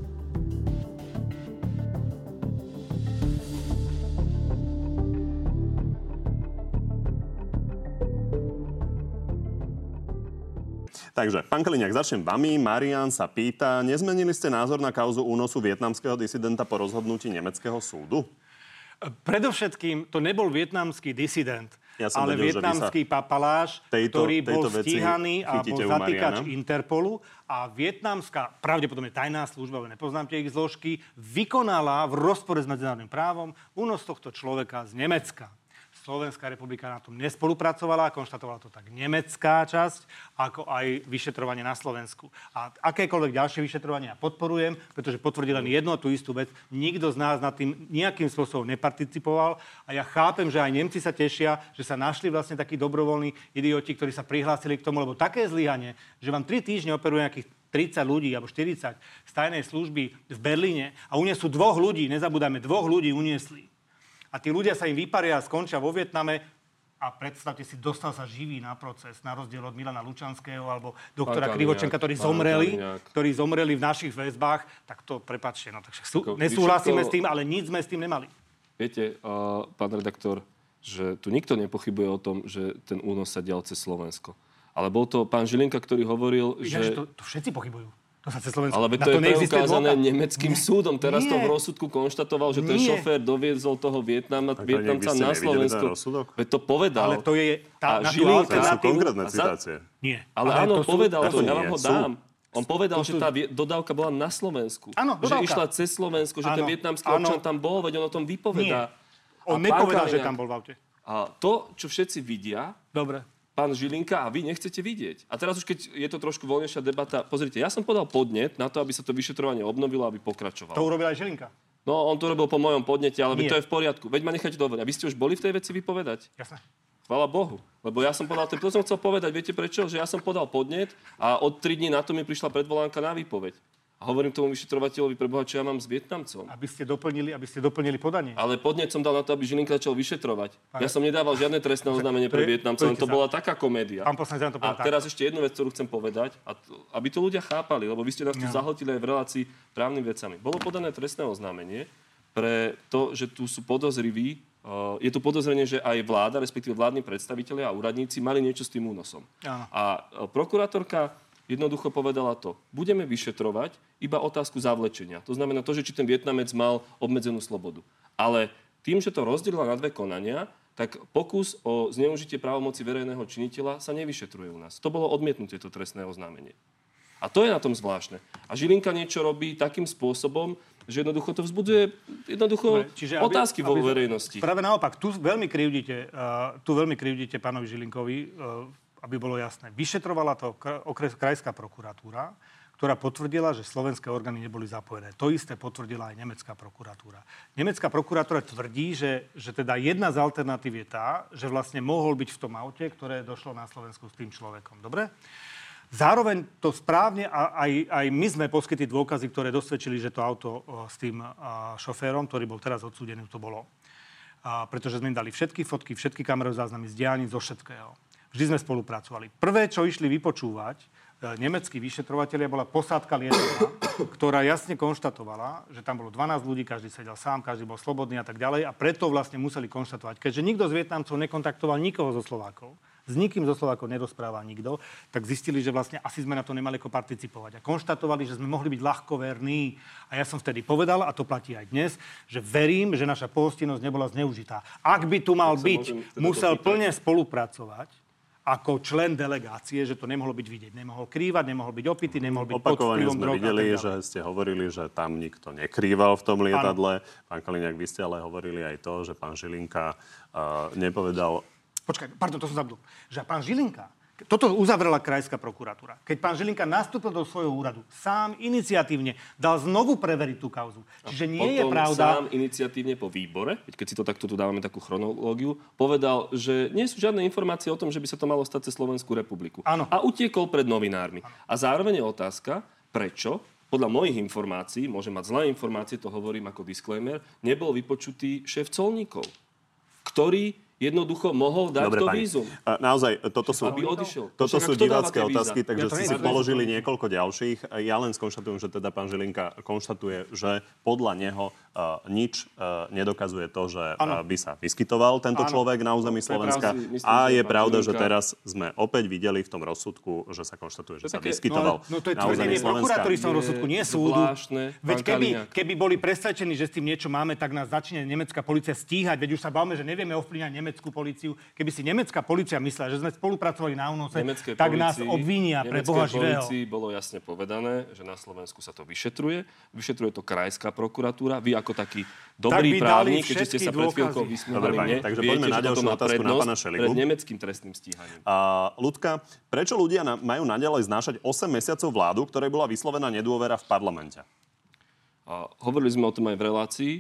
Takže, pán Kaliňák, začnem vami. Marian sa pýta, nezmenili ste názor na kauzu únosu vietnamského disidenta po rozhodnutí nemeckého súdu? Predovšetkým to nebol vietnamský disident, Ja som ale vedel, že vy vietnamský sa papaláš, tejto- ktorý bol tejto veci stíhaný a bol chytíte u zatýkač Mariana. Interpolu. A vietnamská, pravdepodobne tajná služba, ale nepoznám tie ich zložky, vykonala v rozpore s medzinárodným právom únos tohto človeka z Nemecka. Slovenská republika na tom nespolupracovala, konštatovala to tak nemecká časť, ako aj vyšetrovanie na Slovensku. A akékoľvek ďalšie vyšetrovanie ja podporujem, pretože potvrdí len jednu a tú istú vec. Nikto z nás nad tým nejakým spôsobom neparticipoval a ja chápem, že aj Nemci sa tešia, že sa našli vlastne takí dobrovoľní idioti, ktorí sa prihlásili k tomu, lebo také zlyhanie, že vám tri týždne operuje nejakých tridsať ľudí alebo štyridsať z tajnej služby v Berlíne a uniesú dvoch ľudí, nezabúdajme, dvoch ľudí uniesli. A tí ľudia sa im vyparia a skončia vo Vietname a predstavte si, dostal sa živý na proces, na rozdiel od Milana Lučanského alebo doktora Pán Krivočenka, ktorí Kaliňák, zomreli, pán Kaliňák. ktorí zomreli v našich väzbách, tak to, prepáčte, no tak sú, Ako, nesúhlasíme vy všetko- s tým, ale nič sme s tým nemali. Viete, uh, pán redaktor, že tu nikto nepochybuje o tom, že ten únos sa dial cez Slovensko. Ale bol to pán Žilinka, ktorý hovoril, Ja, že... že to, to všetci pochybujú. To sa cez Slovensko... Ale na to je neexistuje preukázané dôkaz. nemeckým súdom. Teraz to Nie. v rozsudku konštatoval, že ten Nie. šofér doviezol toho Vietnama, Ako Vietnamca vy ste na nevideli Slovensku. ten rozsudok? Veď to povedal. Ale to je A tá, na tú Žilinka- To sú alternatívu... konkrétne A za- citácie. Nie. Ale, áno, to sú- povedal to to, sú- ja vám ho sú. dám. On povedal, To že sú- tá vie- dodávka bola na Slovensku. Áno, že dodávka. išla cez Slovensko, že ten Áno, vietnamský áno. občan tam bol, veď on o tom vypovedá. Nie. On A pán nepovedal, že Kaliňák- tam bol v aute. A to, čo všetci vidia, Dobre. pán Žilinka, a vy nechcete vidieť. A teraz už, keď je to trošku voľnejšia debata, pozrite, ja som podal podnet na to, aby sa to vyšetrovanie obnovilo, aby pokračovalo. To urobil aj Žilinka. No, on to robil po mojom podnete, ale Nie. to je v poriadku. Veď ma nechajte dohovoriť. A vy ste už boli v tej veci vypovedať? Jasné. Chvála Bohu. Lebo ja som podal, to som chcel povedať, viete prečo? Že ja som podal podnet a od tri dní na to mi prišla predvolánka na výpoveď. A hovorím tomu vyšetrovateľovi, preboha, čo ja mám s Vietnamcom. Aby ste doplnili, aby ste doplnili podanie. Ale podnet som dal na to, aby Žilinka začal vyšetrovať. Ale... Ja som nedával žiadne trestné oznámenie pre Vietnamcov, len to bola taká komédia. Pán poslanec, ja to a tak. teraz ešte jednu vec, ktorú chcem povedať, a to, aby to ľudia chápali, lebo vy ste nás tu No. zahltili aj v relácii právnymi vecami. Bolo podané trestné oznámenie pre to, že tu sú podozriví. Uh, je tu podozrenie, že aj vláda, respektíve vládni predstavitelia a úradníci mali niečo s tým únosom. Áno. A uh, prokurátorka jednoducho povedala to. Budeme vyšetrovať iba otázku zavlečenia. To znamená to, že či ten Vietnamec mal obmedzenú slobodu. Ale tým, že to rozdelila na dve konania, tak pokus o zneužitie právomoci verejného činiteľa sa nevyšetruje u nás. To bolo odmietnuté, to trestné oznámenie. A to je na tom zvláštne. A Žilinka niečo robí takým spôsobom, že jednoducho to vzbudzuje jednoducho Čiže otázky aby, vo aby, verejnosti. Práve naopak, tu veľmi krivdíte, uh, tu veľmi krivdíte pánovi Žilinkovi, uh, aby bolo jasné. Vyšetrovala to okres, krajská prokuratúra, ktorá potvrdila, že slovenské orgány neboli zapojené. To isté potvrdila aj nemecká prokuratúra. Nemecká prokuratúra tvrdí, že, že teda jedna z alternatív je tá, že vlastne mohol byť v tom aute, ktoré došlo na Slovensku s tým človekom. Dobre? Zároveň to správne, a aj, aj my sme poskytli dôkazy, ktoré dosvedčili, že to auto o, s tým a, šoférom, ktorý bol teraz odsúdený, to bolo. A, pretože sme im dali všetky fotky, všetky kamerové záznamy z diaľnic, zo všetkého. Vždy sme spolupracovali. Prvé, čo išli vypočúvať e, nemeckí vyšetrovatelia, bola posádka lietadla, ktorá jasne konštatovala, že tam bolo dvanásť ľudí, každý sedel sám, každý bol slobodný a tak ďalej. A preto vlastne museli konštatovať. Keďže nikto z Vietnamcov nekontaktoval nikoho zo Slovákov, s nikým zo Slovákov nerozprával nikto, tak zistili, že vlastne asi sme na to nemali ako participovať. A konštatovali, že sme mohli byť ľahkoverní. A ja som vtedy povedal, a to platí aj dnes, že verím, že naša pohostinnosť nebola zneužitá. Ak by tu mal byť, musel plne spolupracovať ako člen delegácie, že to nemohlo byť vidieť. Nemohol krývať, nemohol byť opitý, nemohol byť pod vplyvom drog. Opakovane sme videli, že ste hovorili, že tam nikto nekrýval v tom lietadle. Ano. Pán Kaliňák, vy ste ale hovorili aj to, že pán Žilinka uh, nepovedal... Počkaj, pardon, to som zabudol. Že pán Žilinka, toto uzavrela krajská prokuratúra. Keď pán Žilinka nastúpil do svojho úradu, sám iniciatívne dal znovu preveriť tú kauzu. Čiže nie je pravda... sám iniciatívne po výbore, keď si to takto tu dávame takú chronológiu, povedal, že nie sú žiadne informácie o tom, že by sa to malo stať cez Slovenskú republiku. Áno. A utiekol pred novinármi. Áno. A zároveň je otázka, prečo, podľa mojich informácií, môžem mať zlé informácie, to hovorím ako disclaimer, nebol vypočutý šéf colníkov, ktorý jednoducho mohol dať Dobre, to pani. vízum. A naozaj, toto sú, Aby odišiel. toto sú Kto dáva divácké tie víza? otázky, takže Ja to ste si neviem. položili niekoľko ďalších. Ja len skonštatujem, že teda pán Žilinka konštatuje, že podľa neho uh, nič uh, nedokazuje to, že uh, by sa vyskytoval tento Áno. človek na území To je Slovenska. pravda. Myslím, A že je pán pravda, že Žilinka- teraz sme opäť videli v tom rozsudku, že sa konštatuje, že sa také- vyskytoval No, no to je na území tvrdenie Slovenska. prokuratúry som Je rozsudku, nie súdu. zvláštne, Veď pán keby, Kaliňák. keby boli presvedčení, že s tým niečo máme, tak nás začne nemecká polícia stíhať. Veď už sa bavíme, že nevieme ovplyvňovať nemeckú políciu. Keby si nemecká polícia myslela, že sme spolupracovali na únose, Nemeckej tak nás polícii- obvinia pre nemeckej Boha živého. polícii bolo jasne povedané, že na Slovensku sa to vyšetruje. Vyšetruje to krajská prokuratúra. Vy ako taký dobrý by dali právnik, keďže ste sa všetky pred chvíľkou dôkazy. vysmievali Dobre, pani, mne, takže viete, poďme na že toto ďalšiu má otázku na prednosť pána Šeligu. pred nemeckým trestným stíhaním. A Ľudka, prečo ľudia na, majú naďalej znášať osem mesiacov vládu, ktorej bola vyslovená nedôvera v parlamente? A hovorili sme o tom aj v relácii,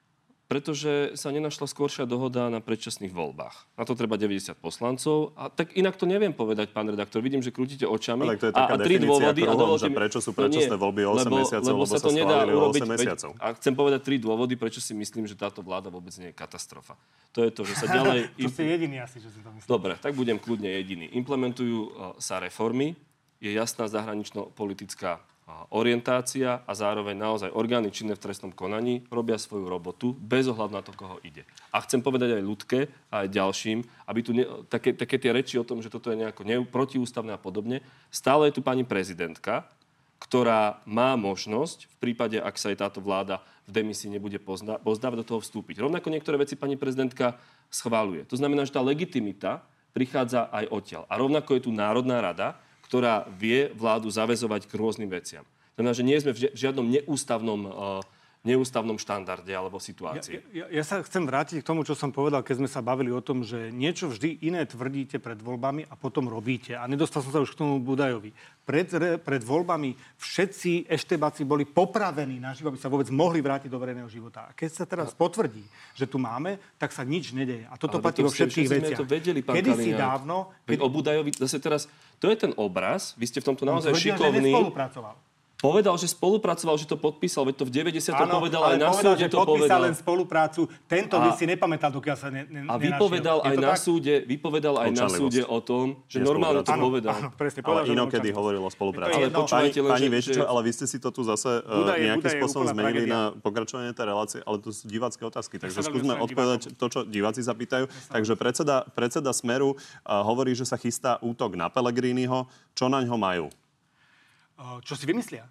pretože sa nenašla skôršia dohoda na predčasných voľbách. Na to treba deväťdesiat poslancov. A tak inak to neviem povedať, pán redaktor. Vidím, že krútite očami. Ale to je a, taká a tri definícia dôvody. A kruhom, dovolte že mi- prečo sú No predčasné nie, voľby o osem mesiacov, lebo sa to nedá schválili o urobiť, osem veď- mesiacov. A chcem povedať tri dôvody, prečo si myslím, že táto vláda vôbec nie je katastrofa. To je to, že sa ďalej... To ste jediný asi, že si to myslíte. Dobre, tak budem kľudne jediný. Implementujú uh, sa reformy, je jasná zahranično-politická uh, orientácia a zároveň naozaj orgány činné v trestnom konaní robia svoju robotu bez ohľadu na to, koho ide. A chcem povedať aj Ľudke a aj ďalším, aby tu ne, také, také tie reči o tom, že toto je nejako ne, protiústavné a podobne, stále je tu pani prezidentka, ktorá má možnosť, v prípade, ak sa jej táto vláda v demisii nebude pozna- pozdávať, do toho vstúpiť. Rovnako niektoré veci pani prezidentka schvaľuje. To znamená, že tá legitimita prichádza aj odtiaľ. A rovnako je tu Národná rada, ktorá vie vládu zaväzovať k rôznym veciam. To znamená, že nie sme v ži- v žiadnom neústavnom uh, neústavnom štandarde alebo situácii. Ja, ja, ja sa chcem vrátiť k tomu, čo som povedal, keď sme sa bavili o tom, že niečo vždy iné tvrdíte pred voľbami a potom robíte. A nedostal som sa už k tomu Budajovi. Pred, pred voľbami všetci eštebáci boli popravení naživo, aby sa vôbec mohli vrátiť do verejného života. A keď sa teraz potvrdí, že tu máme, tak sa nič nedeje. A toto platí vo všetkých veciach. To vedeli, pán Kedysi Kaliňák. dávno... Keď... O Budajovi, zase teraz, to je ten obraz, vy ste v tomto naozaj tvrdil, šikovní. že nespolupracoval. Povedal, že spolupracoval, že to podpísal, veď to v deväťdesiatom povedal aj na povedal, súde, to podpísal povedal. len spoluprácu. Tento A- by si nepamätal, dokiaľ sa ne, ne, A nenašiel. vypovedal Je aj to na tak? súde, vypovedal aj na Mlčanlivosť. súde o tom, že Nespolupracoval. normálne to Áno, povedal. Áno, presne, Ale povedal, že inokedy mlčanlivosť. hovoril o spolupráci. To je Ale jedno. počúvajte len, Pani, že- viete čo, že- ale vy ste si to tu zase uh, Budaj je- nejakým Budaj je spôsobom úplná zmenili tragédia. na pokračovanie tej relácie, ale to sú divácké otázky, takže sa skúsme veľmi odpovedať divákom. to, čo diváci sa pýtajú. Takže predseda, predseda Smeru uh, hovorí, že sa chystá útok na Pellegriniho. Čo na ňo majú? O, Čo si vymyslia?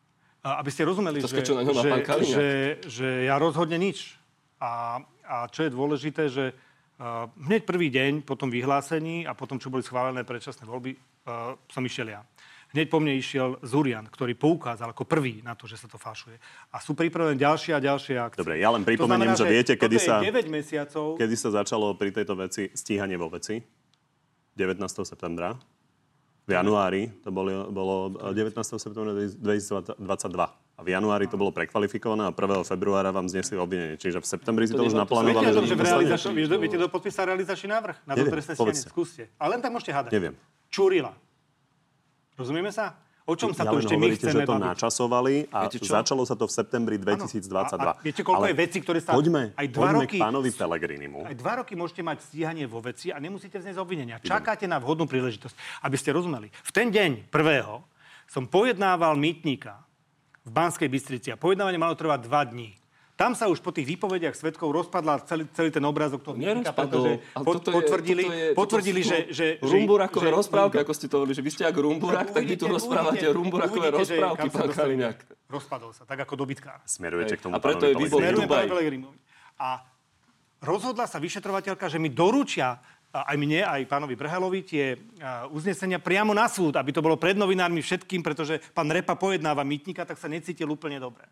A aby ste rozumeli, To že, ste, čo na ňo má že, pán Kaliňák. že, že ja rozhodne nič. A, a čo je dôležité, že uh, hneď prvý deň po tom vyhlásení a potom, čo boli schválené predčasné voľby, uh, som išiel ja. Hneď po mne išiel Zurian, ktorý poukázal ako prvý na to, že sa to falšuje. A sú pripravené ďalšie a ďalšie akcie. Dobre, ja len To pripomeniem, znamená, že viete, kedy toto je sa, deväť mesiacov. kedy sa začalo pri tejto veci stíhanie vo veci. devätnásteho septembra. V januári to bolo, bolo devätnásteho septembra dvetisícdvadsaťdva. A v januári to bolo prekvalifikované a prvého februára vám znesli obvinenie. Čiže v septembri si to, To už nemá- to sa naplánovali. Viete, že že to stane. realizačný, viete, viete, kto podpísal realizačný návrh na to Neviem, trestné povedzte. stíhanie? Skúste. Ale len tak môžete hádať. Neviem. Čurila. Rozumieme sa? O čom sa Ja tu len ešte my hovoríte, chceme že to baviť? načasovali a Viete čo? začalo sa to v septembri dvetisícdvadsaťdva. A- a viete, koľko Ale je vecí, ktoré sa- Poďme, aj dva poďme roky- k pánovi Pellegrinimu. Aj dva roky môžete mať stíhanie vo veci a nemusíte vzniesť obvinenia. Čakáte na vhodnú príležitosť. Aby ste rozumeli. V ten deň prvého som pojednával mýtnika v Banskej Bystrici a pojednávanie malo trvať dva dní. Tam sa už po tých výpovediach svedkov rozpadla celý, celý ten obrázok toho mýtnika, pretože Ale pod, toto je- potvrdili, toto je- potvrdili toto že, sú že, že... Rumburakové že- rozprávky, ako ste to hovorili, že vy ste ako Rumburak, tak vy tu Uvidíte- rozprávate uvidíte- Rumburakové uvidíte, že rozprávky, kam sa pán dostaneme. Kaliňák. Rozpadol sa, tak ako dobytkár. Smerujete k tomu A preto je pánovi výbor Pellegrinimu. Smerujem Dubaj. pánu Pellegrinovi. A rozhodla sa vyšetrovateľka, že mi doručia a aj mne, aj pánovi Brhalovi tie a, uznesenia priamo na súd, aby to bolo pred novinármi všetkým, pretože pán Repa pojednáva mýtnika, tak sa necítil úplne dobre.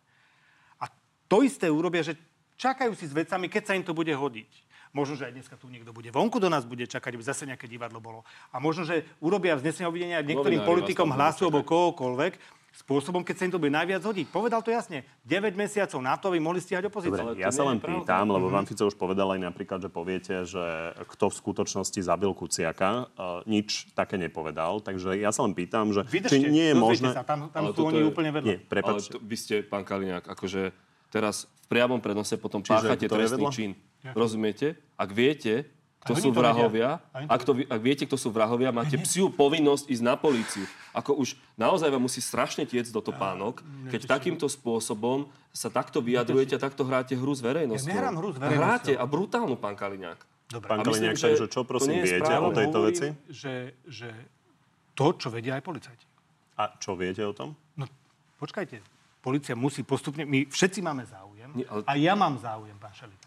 A to isté urobia, že čakajú si s vecami, keď sa im to bude hodiť. Možno, že aj dneska tu niekto bude vonku do nás bude čakať, aby zase nejaké divadlo bolo. A možno, že urobia vznesenie obvinenia niektorým Novinári politikom vás tam Hlasu budú alebo kohokoľvek spôsobom, keď sa im to bude najviac hodiť. Povedal to jasne. deväť mesiacov na to, aby mohli stíhať opozíciu. Dobre, Ale ja to sa nie len je pravda. pýtam, lebo vám Fico už povedal aj napríklad, že poviete, že kto v skutočnosti zabil Kuciaka. Uh, nič také nepovedal. Takže ja sa len pýtam, že Vydržte, či nie je dozviete možné... sa, tam, tam Ale sú toto oni je- úplne vedľa. Nie, Ale prepáčte. to, vy ste, pán Kaliňák, akože teraz v priamom prenose potom Čiže páchate kto je trestný vedľa? čin. Rozumiete? Ak viete, kto A oni sú to vrahovia, vedia. A oni to ak, to, vy- ak viete, kto sú vrahovia, máte psiu povinnosť ísť na políciu. Ako už naozaj vám musí strašne tiec do topánok, keď takýmto spôsobom sa takto vyjadrujete a takto hráte hru s verejnosťou. Ja nehrám hru s A verejnosťou. Hráte a brutálnu, pán Kaliňák. Dobre. Pán A myslím, Kaliňák, že takže čo to prosím nie je viete správne. o tejto Hovorím, veci? Že, že to, čo vedia aj policajti. A čo viete o tom? No, počkajte. Polícia musí postupne... My všetci máme záujem. Nie, ale- A ja mám záujem, pán Šeliga.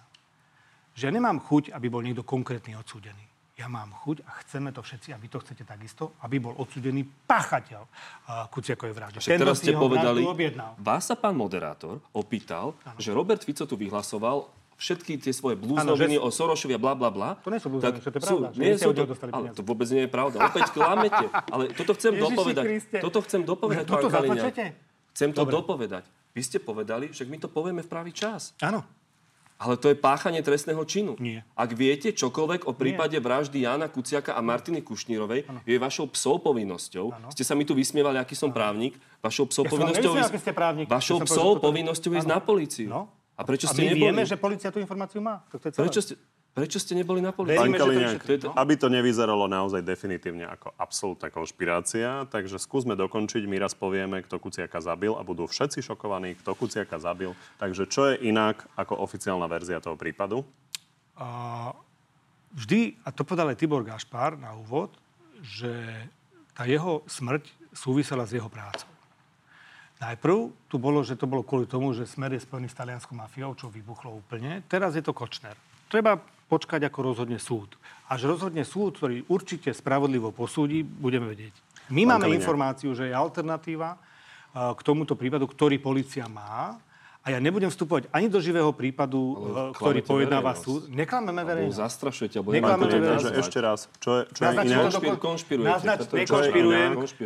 Že ja nemám chuť, aby bol niekto konkrétny odsúdený. Ja mám chuť a chceme to všetci, a vy to chcete takisto, aby bol odsúdený páchateľ uh, Kuciakovej vraždy. Však teraz ste povedali, objednal. vás sa pán moderátor opýtal, ano. že Robert Fico tu vyhlasoval všetky tie svoje Áno, blúznoviny že- o Sorošovi a bla, bla, bla. To nie sú blúznoviny, že to je pravda, že nie ste sú od neho to, dostali ale peniaze. to vôbec nie je pravda. Opäť klamete. Ale toto chcem Ježiši dopovedať. Kriste. Toto chcem dopovedať, Toto pán Kaliňák. započujete? Chcem to Dobre. dopovedať. Vy ste povedali, že my to povieme v pravý čas. Áno. Ale to je páchanie trestného činu. Nie. Ak viete čokoľvek o prípade vraždy Jána Kuciaka a Martiny Kušnírovej, Ano. je vašou psou povinnosťou. Ano. Ste sa mi tu vysmievali, aký som právnik. Vašou psou Ja som vám povinnosťou nevysmiel, aký ste právnik. Vašou Ja som psou povedal, že to- povinnosťou ísť Áno. na políciu. No. A prečo A ste my neboli? vieme, že polícia tú informáciu má. To je celé. Prečo ste, prečo ste neboli na polícii? Veríme, Pán že to je Kaliňák, všetko, no. aby to nevyzeralo naozaj definitívne ako absolútna konšpirácia, takže skúsme dokončiť. My raz povieme, kto Kuciaka zabil a budú všetci šokovaní, kto Kuciaka zabil. Takže čo je inak ako oficiálna verzia toho prípadu? A vždy, a to povedal aj Tibor Gašpar na úvod, že tá jeho smrť súvisela s jeho prácou. Najprv tu bolo, že to bolo kvôli tomu, že Smer je spojený s talianskou mafiou, čo vybuchlo úplne. Teraz je to Kočner. Treba počkať, ako rozhodne súd. Až rozhodne súd, ktorý určite spravodlivo posúdi, budeme vedieť. My Pán máme Kaliňák. informáciu, že je alternatíva uh, k tomuto prípadu, ktorý polícia má. A ja nebudem vstupovať ani do živého prípadu, ale ktorý pojednáva súd. Neklameme verejnosť. Alebo zastrašujete, alebo neklameme verejnosť. Takže ešte raz, čo je, čo je inak? Konšpirujete. Nekonšpirujem.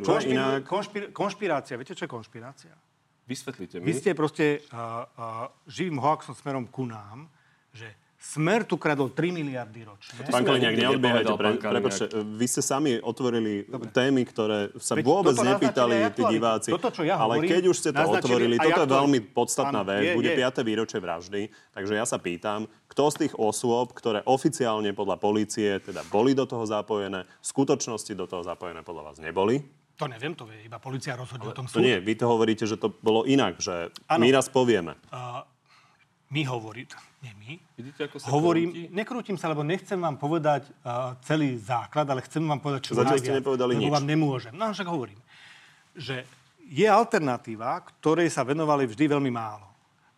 Konšpirácia. Viete, čo je konšpirácia? Vysvetlite mi. Vy ste proste uh, uh, živým hoaxom smerom ku nám, že Smer tu kradol tri miliardy ročne. Pán Kaliňák, neodbiehajte. Pre, prepočte, vy ste sami otvorili Dobre. témy, ktoré sa Veď vôbec nepýtali tí diváci. Toto, čo ja ale hovorím, keď už ste to otvorili, toto je veľmi podstatná áno, vec. Je, bude je. piate výročie vraždy. Takže ja sa pýtam, kto z tých osôb, ktoré oficiálne podľa polície teda boli do toho zapojené, v skutočnosti do toho zapojené podľa vás neboli? To neviem, to vie iba polícia rozhodne o tom súd. súd. To nie, vy to hovoríte, že to bolo inak, že ano. my raz povieme. Uh, My hovorím, nie my, Vidíte, ako sa hovorím, krúti? nekrútim sa, lebo nechcem vám povedať uh, celý základ, ale chcem vám povedať, čo Zatiaľ ste nepovedali lebo nič. vám nemôžem. No však hovorím, že je alternatíva, ktorej sa venovali vždy veľmi málo.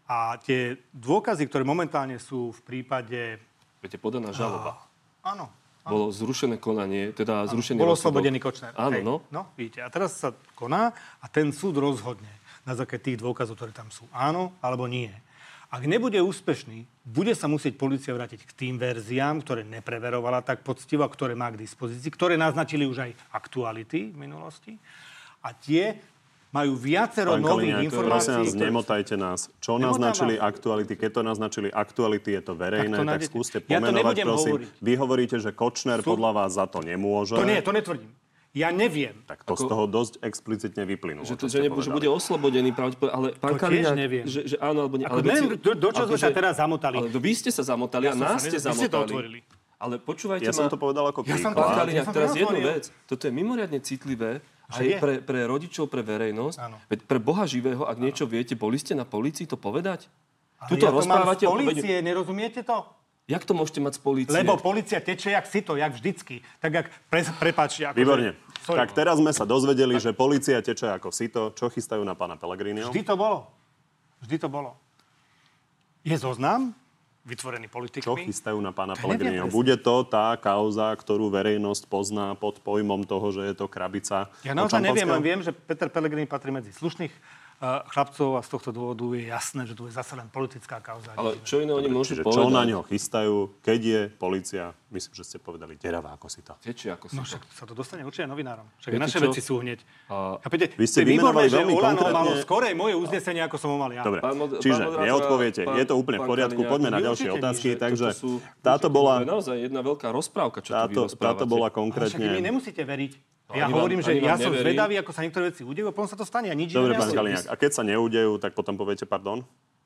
A tie dôkazy, ktoré momentálne sú v prípade... Viete, podaná žaloba. Uh, áno. Bolo zrušené konanie, teda áno, zrušenie bolo rozsudok. oslobodený Kočner. Áno, Hej. no. No, vidíte, a teraz sa koná a ten súd rozhodne na základe tých dôkazov, ktoré tam sú. Áno alebo nie. Ak nebude úspešný, bude sa musieť polícia vrátiť k tým verziám, ktoré nepreverovala tak poctivo, a ktoré má k dispozícii, ktoré naznačili už aj aktuality v minulosti. A tie majú viacero Pán nových Kaliňák, informácií. Prosím vás, nemotajte nás. Čo Nemotávam. naznačili aktuality? Keď to naznačili aktuality, je to verejné, Tak to tak, nájdete. skúste Ja to pomenovať, nebudem prosím. hovoriť. Vy hovoríte, že Kočner Sú... podľa vás za to nemôže. To nie, to netvrdím. Ja neviem. Tak to Ako... z toho dosť explicitne vyplynulo. Že, to, že, nebu, že bude oslobodený pravdepodobne, ale pán To tiež Kaliňák, neviem. že, že áno alebo nie. Ako Ale neviem, veci- do, do čo sme akože- sa teraz zamotali. Ale vy ste sa zamotali Ja a som nás sa ste ne- vy ste to zamotali. otvorili. Ale počúvajte Ja ma... som to povedal ako Ja som to- príklad. Pán Ja Kaliňák, som to teraz jednu neotvoril. vec. Toto je mimoriadne citlivé Že aj je. pre, pre rodičov, pre verejnosť. Áno. Veď pre Boha živého, ak niečo viete, boli ste na polícii to povedať? Ale Tuto ja to mám z rozprávate o- polície, nerozumiete to? Jak to môžete mať z polície? Lebo polícia teče jak sito, jak vždycky. Tak jak, pre, prepáčte. Ako Výborne. Že, Tak teraz sme sa dozvedeli, že polícia teče ako sito. Čo chystajú na pána Pellegriniho? Vždy to bolo. Vždy to bolo. Je zoznam vytvorený politikmi. Čo chystajú na pána To neviem Pellegriniho? presne. Bude to tá kauza, ktorú verejnosť pozná pod pojmom toho, že je to krabica Ja od naozaj neviem, šampanského? len viem, že Peter Pellegrini patrí medzi slušných uh, chlapcov a z tohto dôvodu je jasné, že tu je zase len politická kauza. Ale čo iné oni môžu Čiže povedať? čo na ňo chystajú, keď je polícia, myslím, že ste povedali, deravá ako si to. Teče ako si No to. však sa to dostane určite aj novinárom. Však Viete naše čo? veci sú hneď. A- Chápete? Vy ste To je výborné, vymenovali že veľmi Olano konkrétne- malo skorej moje uznesenie, ako som ho mal ja. Dobre, Pán mod- čiže pán moderátor, neodpoviete, pán- je to úplne v pán poriadku, Kaliňák, poďme na vy ďalšie určite nie, otázky, že takže toto sú- táto To bola, je naozaj jedna veľká rozprávka, čo táto, tu vy rozprávate. táto bola Ale však vy mi konkrétne... nemusíte veriť. No, Ja ani hovorím, vám- že ani vám ja som neverím. zvedavý, ako sa niektoré veci udejú, a potom sa to stane a nič Dobre, iné pán nehovorím. Kaliňák, a keď sa neudejú, tak potom poviete pardon?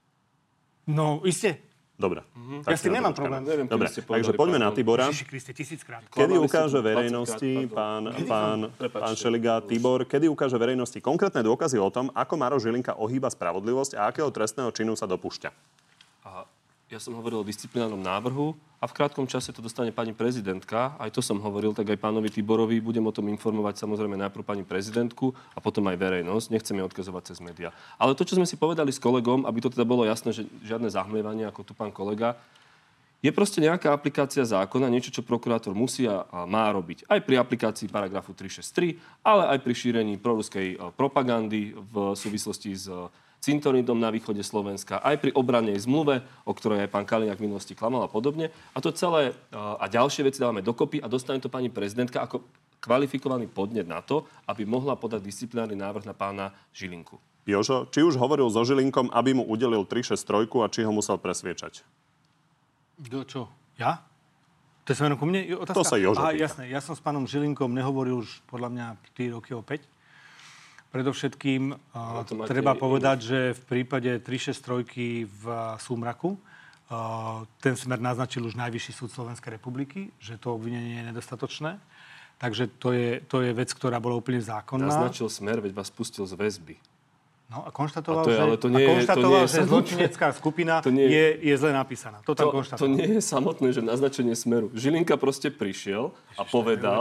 No, iste. Dobre. Mhm. Ja s tým si na to nemám počkáme. problém. Neviem, kedy Dobre, ste takže povedali poďme na pardon. Tibora. Ježiši Kriste, tisíckrát. Kedy Klamali ste ukáže tu verejnosti dvadsaťkrát, pán, pardon. pán, Prepáčte. pán Šeliga, Tibor, kedy ukáže verejnosti konkrétne dôkazy o tom, ako Maro Žilinka ohýba spravodlivosť a akého trestného činu sa dopúšťa? A ja som hovoril o disciplinárnom návrhu a v krátkom čase to dostane pani prezidentka. Aj to som hovoril, tak aj pánovi Tiborovi. Budem o tom informovať samozrejme najprv pani prezidentku a potom aj verejnosť. Nechcem je odkazovať cez médiá. Ale to, čo sme si povedali s kolegom, aby to teda bolo jasné, že žiadne zahmlievanie, ako tu pán kolega, je proste nejaká aplikácia zákona, niečo, čo prokurátor musí a má robiť. Aj pri aplikácii paragrafu tri šesť tri, ale aj pri šírení proruskej propagandy v súvislosti s cintorínom na východe Slovenska, aj pri obrannej zmluve, o ktorej aj pán Kaliňák v minulosti klamal a podobne. A to celé a ďalšie veci dávame dokopy a dostane to pani prezidentka ako kvalifikovaný podnet na to, aby mohla podať disciplinárny návrh na pána Žilinku. Jožo, či už hovoril so Žilinkom, aby mu udelil tri šesť tri a či ho musel presviečať? Kto čo? Ja? To je smerom ku mne? Otázka? To sa Jožo Aha, pýta. jasné. Ja som s pánom Žilinkom nehovoril už podľa mňa štyri roky opäť. Predovšetkým uh, to máte treba iný- povedať, že v prípade tri šesť tri v Súmraku uh, ten smer naznačil už Najvyšší súd Slovenskej republiky, že to obvinenie je nedostatočné. Takže to je, to je vec, ktorá bola úplne zákonná. Naznačil smer, veď vás pustil z väzby. No a konštatoval, A to je- že, ale to nie a je- to konštatoval nie je že samotné. zločinecká skupina To nie je- je, je zle napísaná. To tam To, to konštatoval. nie je samotné, že naznačenie smeru. Žilinka proste prišiel a povedal, neuveriteľné.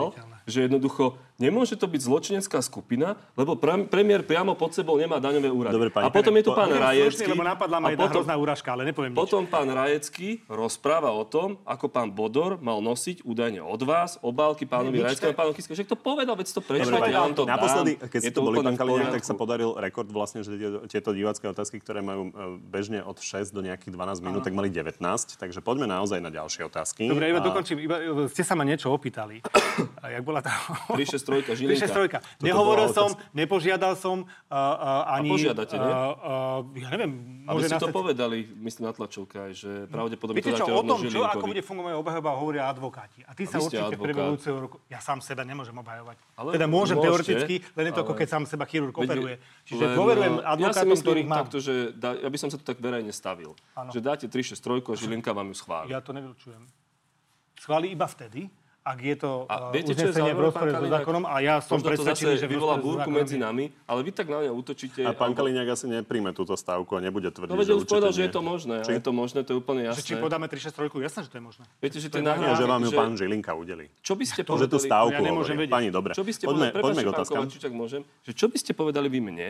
že jednoducho nemôže to byť zločinecká skupina, lebo pre, premiér priamo pod sebou nemá daňové úrady. Dobre, pani, a potom je tu pán Budem Rajecký. slušný, lebo napadla ma jedna hrozná úražka, ale nepoviem nič. Potom pán Rajecký rozpráva o tom, ako pán Bodor mal nosiť údajne od vás obálky pánovi Rajeckému a pánovi Kiskému. Že to povedal, veď to prečítajte, ja vám to dám. Naposledy, keď ste tu boli, pán Kaliňák, tak poriadku. sa podaril rekord vlastne, že tieto divácké otázky, ktoré majú bežne od šesť do nejakých dvanásť minút, tak mali devätnásť. Takže poďme naozaj na ďalšie otázky. Dobre, iba A- dokončím. Iba, ste sa ma niečo opýtali. A jak bola tá... tri šesť tri Žilinka. tri šesť tri. Nehovoril som, nepožiadal som uh, uh, ani... A požiadate, nie? Uh, uh, ja neviem, A vy môže ste to nastať... povedali, myslím na tlačovke aj, že pravdepodobne Viete to čo, dáte o rovno tom, čo, Žilinkovi. ako bude fungovať obhajoba, hovoria advokáti. A ty A sa vy ste určite v priebehu advokát. budúceho roku... Ja sám seba nemôžem obhajovať. Ale teda môžem môžete, teoreticky, len je to ako ale- keď sám seba chirurg Veď- operuje. Čiže len, dôverujem ja si advokátom, myslím ktorých mám. takto, že dá, ja by som sa tu tak verejne stavil. Áno. Že dáte tri šesť tri a Žilinka vám ju schváli. Ja to nevylučujem. Schváli iba vtedy, ak je to A uh, viete, čo je uznesenie v zaujímavé, rozpore pán so Kaliňák? zákonom a ja som Možno to presvedčený, zase že v vyvolá rozpore so búrku zákonom medzi je. nami, ale vy tak na mňa útočíte. A pán alebo- Kaliňák asi nepríjme túto stavku a nebude tvrdiť, No že veď už určite povedal, že nie. je to možné. A Či? je to možné, to je úplne Že či jasné. podáme tri šesť tri, jasné, že to je možné. Viete, že To tie je Nie, že vám ju že- pán Žilinka udelí. Čo by ste Že tú povedali... stavku ja nemôžem hovorí. vedieť. Pani, dobre. Čo by ste Poďme, povedali, poďme k prepáčte, pán otázkam. Kovačič, ak môžem, že čo by ste povedali vy mne,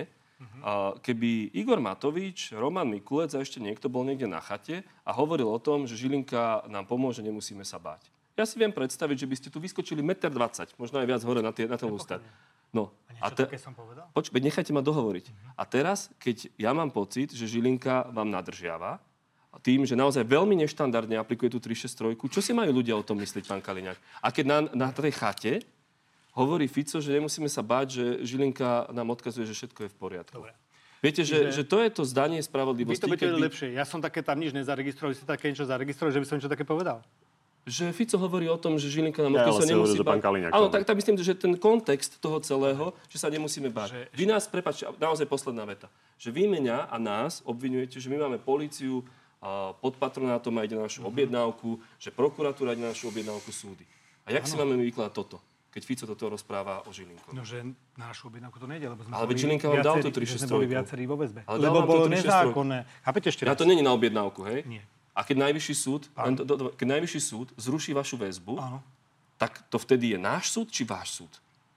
a keby Igor Matovič, Roman Mikulec a ešte niekto bol niekde na chate a hovoril o tom, že Žilinka nám pomôže, nemusíme sa báť. Ja si viem predstaviť, že by ste tu vyskočili jeden dvadsať metra, možno aj viac hore na, tie, na ten ústad. No, A niečo te- také som povedal? Počkaj, nechajte ma dohovoriť. A teraz, keď ja mám pocit, že Žilinka vám nadržiava, tým, že naozaj veľmi neštandardne aplikuje tú tri šesť tri, čo si majú ľudia o tom myslieť, pán Kaliňák? A keď na, na tej chate hovorí Fico, že nemusíme sa báť, že Žilinka nám odkazuje, že všetko je v poriadku. Dobre. Viete, že, že to je to zdanie Vy spravodlivosti. to budete keď by- lepšie. Ja som také tam nič nezaregistroval, vy ste také niečo zaregistrovali, že by som niečo také povedal. Že Fico hovorí o tom, že Žilinka nám Ja, ale odkazuje, si nemusí hovoril, že pán báť. Kaliňák Áno, to tak, tak myslím, že ten kontext toho celého, že sa nemusíme báť. Že- Vy nás, prepáčte, naozaj posledná veta, že vy mňa a nás obvinujete, že my máme políciu a pod patronátom a ide na našu objednávku, že prokuratúra ide na našu objednávku súdy. A jak si máme vykladať toto, keď Fico toto rozpráva o Žilinkovi? No, že na našu objednávku to nejde, lebo sme Ale veď boli Žilinka vám dal viacerí- tú tri že šesť sme boli tri. viacerí vo väzbe. Ale dal Lebo vám to bolo tri šesť tri. nezákonné. Chápete ešte Ja raz? to není na objednávku, hej? Nie. A keď najvyšší súd, len do, do, do, keď najvyšší súd zruší vašu väzbu, Áno. tak to vtedy je náš súd či váš súd?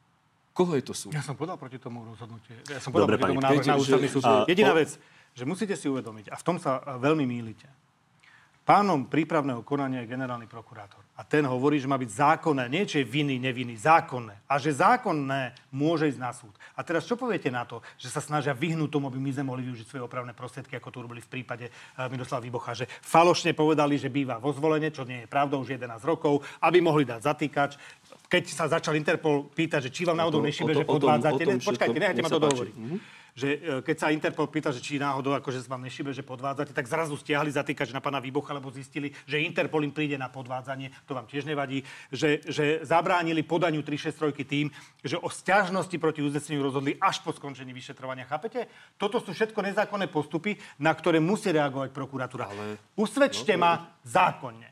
Koho je to súd? Ja som podal proti tomu rozhodnutie. Ja som podal Dobre, proti tomu pani, návrh viete, na ústavný že- súd. a- Jediná po- vec, že musíte si uvedomiť, a v tom sa a, veľmi mýlite. Pánom prípravného konania je generálny prokurátor. A ten hovorí, že má byť zákonné, nie že je vinný, nevinný, zákonné. A že zákonné môže ísť na súd. A teraz čo poviete na to, že sa snažia vyhnúť tomu, aby my sme mohli využiť svoje opravné prostriedky, ako to urobili v prípade uh, Miroslava Výbocha, že falošne povedali, že býva vo zvolenie, čo nie je pravdou už jedenásť rokov, aby mohli dať zatýkač. Keď sa začal Interpol pýtať, že či vám náhodou O to- nešibe, o to- že o tom- podvádzate. o tom Ne, počkajte, všetkom. nechajte Nech ma sa to páči. dohovoriť. Že e, keď sa Interpol pýta, že či náhodou akože sa vám nešibe, že podvádzate, tak zrazu stiahli zatýkač na pána Výbocha, lebo zistili, že Interpol im príde na podvádzanie. To vám tiež nevadí. Že, že zabránili podaniu tri šesť tri tým, že o sťažnosti proti uzneseniu rozhodli až po skončení vyšetrovania. Chápete? Toto sú všetko nezákonné postupy, na ktoré musí reagovať prokuratúra. Ale- Usvedčte ma zákonne.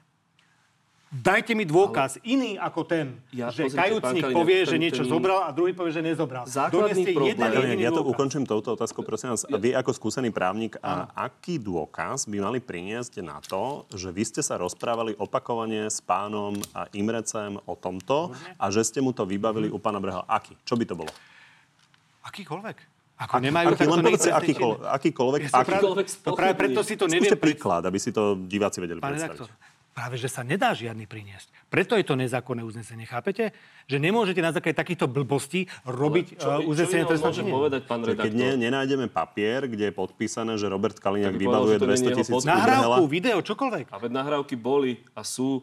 Dajte mi dôkaz iný ako ten, Ja- že pozrite, kajúcnik pán povie, Kaliňák, že ten- niečo ten- zobral a druhý povie, že nezobral. Základný Doneste problém- jeden Pán Kaliňák, jediný ja to dôkaz. ukončím touto otázkou, prosím vás. A vy ako skúsený právnik, a aký dôkaz by mali priniesť na to, že vy ste sa rozprávali opakovane s pánom a Imrecem o tomto a že ste mu to vybavili u pána Breha? Aký? Čo by to bolo? Akýkoľvek. Ako nemajú Aký, len takto povedzte, nepresvedčené. akýkoľvek, akýkoľvek, Ja som aký, práve, to práve preto si to neviem skúste predstaviť. príklad, aby si to diváci vedeli Pán predstaviť. redaktor, práve, že sa nedá žiadny priniesť. Preto je to nezákonné uznesenie, chápete? Že nemôžete na základe takýchto blbostí robiť Čo, uh, uznesenie čo iného trestného môže činu. povedať pán Čiže redaktor? keď nie, nenájdeme papier, kde je podpísané, že Robert Kaliňák Tak by vybavuje povedal, že to nie je dvesto jeho tisíc podpis. Nahrávku, video, čokoľvek. A veď nahrávky boli a sú.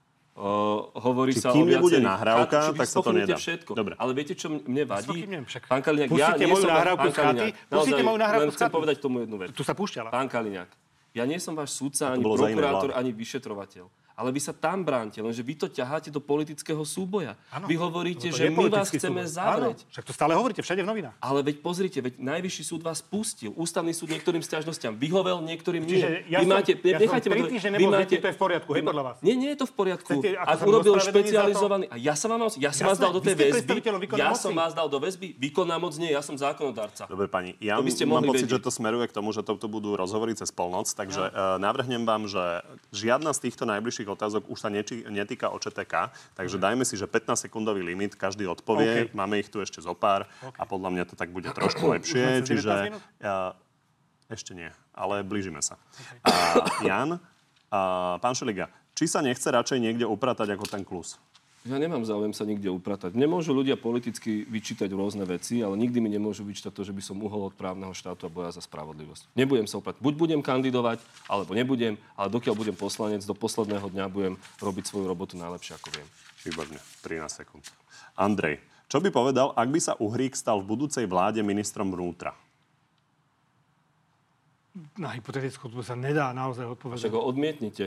Uh, hovorí Či sa kým o nebude viacerých. nahrávka, Či vy tak sa to spochybníte nedá. všetko. Dobre. Ale viete, čo mne vadí? Spochybňujem však. Pán Kaliňák, ja Pustite nie moju som... nahrávku pán z chaty, Kaliňák, pustite naozaj, moju nahrávku len z chcem chaty. povedať tomu jednu vec. Tu sa púšťala. Pán Kaliňák, ja nie som váš sudca, ani bolo za iné prokurátor, vlády. ani vyšetrovateľ. Ale vy sa tam bránte, lenže vy to ťaháte do politického súboja. Áno. Vy hovoríte, Lebo to že je my vás politický chceme súboj. zavrieť. Áno, však to stále hovoríte všade v novinách. Ale veď pozrite, veď najvyšší súd vás pustil. Ústavný súd niektorým sťažnostiam vyhovel, niektorým nie. Čiže ja vy som, máte, ja nechajte som ma tri to- týždne vy nebol máte- zvyknutý, to je v poriadku, hej, podľa vás? Nie, nie je to v poriadku. Chcete, ako Ak som urobil ospravedlnený za to? špecializovaný... A ja som, vám, ja som vás Jasné, dal do vy tej ste väzby. predstaviteľom výkonnej Ja moci. som vás dal do väzby. Výkonná moc nie, ja som zákonodárca. Dobre, pani, ja To by ste mám mohli pocit, vedieť. že to smeruje k tomu, že toto budú rozhovory cez polnoc, takže uh, navrhnem vám, že žiadna z týchto najbližších ďalších otázok už sa neči, netýka O Č T K, takže dajme si, že pätnásťsekundový limit, každý odpovie, okay. Máme ich tu ešte zo pár okay. A podľa mňa to tak bude trošku lepšie, čiže... Ja, ešte nie, ale blížime sa. Okay. A Jan, a pán Šeliga, či sa nechce radšej niekde upratať ako ten Klus? Ja nemám záujem sa nikde upratať. Nemôžu ľudia politicky vyčítať rôzne veci, ale nikdy mi nemôžu vyčítať to, že by som uhol od právneho štátu a boja za spravodlivosť. Nebudem sa upratať. Buď budem kandidovať, alebo nebudem, ale dokiaľ budem poslanec, do posledného dňa budem robiť svoju robotu najlepšie, ako viem. Výborne. trinásť sekúnd. Andrej, čo by povedal, ak by sa Uhrík stal v budúcej vláde ministrom vnútra? Na hypotetickú to sa nedá naozaj odpovedať. Však ho odmietnite.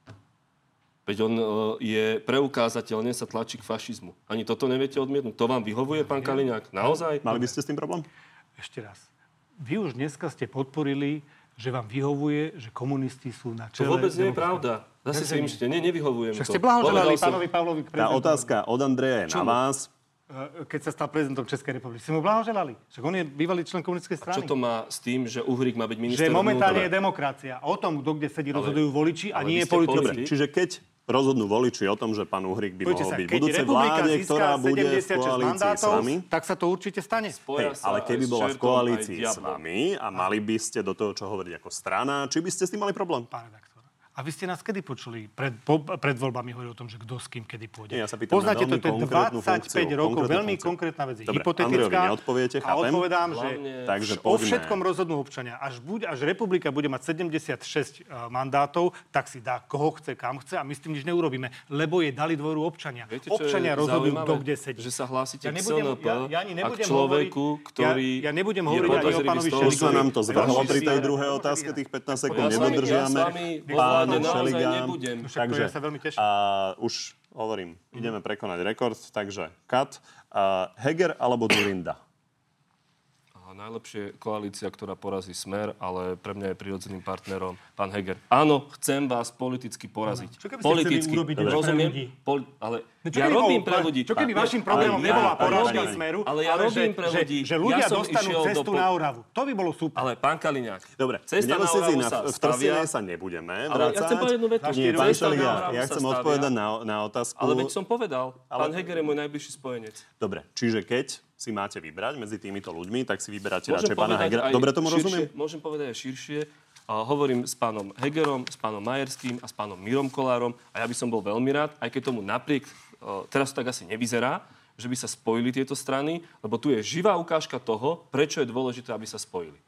Veď on je preukázateľne sa tlačí k fašizmu. Ani toto neviete odmietnúť. To vám vyhovuje, pán Kaliňák? Naozaj? Mali by ste s tým problém? Ešte raz. Vy už dneska ste podporili, že vám vyhovuje, že komunisti sú na čele... To vôbec nie je pravda. Zase si myslíte, nie, nevyhovuje mi to. Však ste blahoželali pánovi Pavlovi k prezidentovi. Tá otázka od Andreja je na vás. Keď sa stal prezidentom Českej republiky. Si mu blahoželali. Však on je bývalý člen komunistickej strany. A čo to má s tým, že Uhrík má byť minister vnútra? Že momentálne vnútra? Je demokracia. O tom, kto kde sedí, rozhodujú voliči a nie je politici. Dobre, čiže keď rozhodnú voliči o tom, že pán Uhrík by mohol byť v budúcej vláde, ktorá bude v koalícii s vami, tak sa to určite stane. Hej, ale keby bola v koalícii s vami a mali by ste do toho, čo hovoriť ako strana, či by ste s tým mali problém? Pán redaktor. A vy ste nás kedy počuli? Pred, po, pred voľbami hovorí o tom, že kto s kým kedy pôjde. Nie, ja sa pýtam Poznáte, na veľmi to je dvadsaťpäť funkciu, rokov, veľmi funkciu. Konkrétna vec. Dobre, hypotetická. Andrejovi neodpoviete, chápem. A odpovedám, že Takže o všetkom rozhodnú občania. Až, buď, až republika bude mať sedemdesiatšesť uh, mandátov, tak si dá koho chce, kam chce a my s tým nič neurobíme. Lebo jej dali dôveru občania. Viete, občania rozhodujú, kto kde sedí. Že sa hlásite ja k nebudem, es en pé ja, ja ani a k človeku, ktorý ja, ja nebudem hovoriť ani o pánovi Šeligovi. Už sa nám to zvrhlo pri tej Šeligovi. druhej otázke, tých pätnásť sekúnd Ja nedodržiame. Ja s vami vo vláde naozaj nebudem. Takže ja sa veľmi teším. a už hovorím, ideme prekonať rekord, takže kat. A Heger alebo Dzurinda? Najlepšie koalícia, ktorá porazí Smer, ale pre mňa je prirodzeným partnerom pán Heger. Áno, chcem vás politicky poraziť. Čo keby ste politicky. chceli urobiť Rozumiem, pre ľudí? Poli- ale No ja robím pre ľudí. Čo keby vašim problémom nebola porážka Smeru, ale ja robím pre ľudí. Že, že ľudia ja dostanú cestu do... na Oravu. To by bolo super. Ale pán Kaliňák, dobre, cesta na Oravu sa v Trstine sa nebudeme ale vrácať. ja chcem povedať jednu vetu. Nie, pán Šeliga, ja chcem stavia, odpovedať na, na otázku. Ale veď som povedal, ale... pán Heger je môj najbližší spojenec. Dobre, čiže keď si máte vybrať medzi týmito ľuďmi, tak si vyberáte Môžem radšej pána Hegera. Dobre tomu širšie, rozumiem? Môžem povedať aj širšie. Uh, hovorím s pánom Hegerom, s pánom Majerským a s pánom Mirom Kolárom a ja by som bol veľmi rád, aj keď tomu napriek, uh, teraz to tak asi nevyzerá, že by sa spojili tieto strany, lebo tu je živá ukážka toho, prečo je dôležité, aby sa spojili.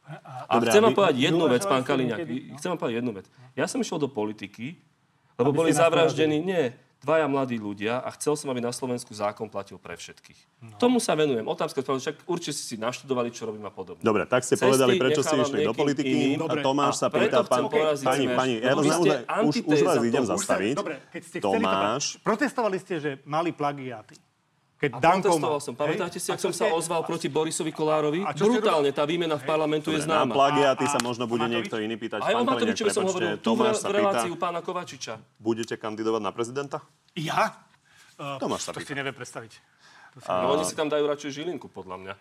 A Dobre, chcem vám povedať jednu vec, pán Kaliňák. Chcem vám povedať jednu vec. Ja som išiel do politiky, lebo boli zavraždení... Nie, dvaja mladí ľudia a chcel som, aby na Slovensku zákon platil pre všetkých. No. Tomu sa venujem. Otázka, však určite si naštudovali, čo robím a podobne. Dobre, tak ste Cesty povedali, prečo ste išli do politiky. Dobre. A Tomáš sa pýta, pán... Pani, pani, ja vás naozaj, už, už vás idem zastaviť. Dobre, keď ste Tomáš... chceli... Protestovali ste, že mali plagiáty. Keď a Danko protestoval som. Pamätáte si, ak som sa ozval proti Borisovi Kolárovi? Brutálne, tá výmena v parlamentu je známa. Na plagiáty sa možno bude niekto iný pýtať. Aj o Matovičovi som hovoril tu v reláciu pána Kovačiča. Budete kandidovať na prezidenta? Ja? Tomáš sa to pýta. si nevie predstaviť. Si no, oni si tam dajú radšej Žilinku, podľa mňa.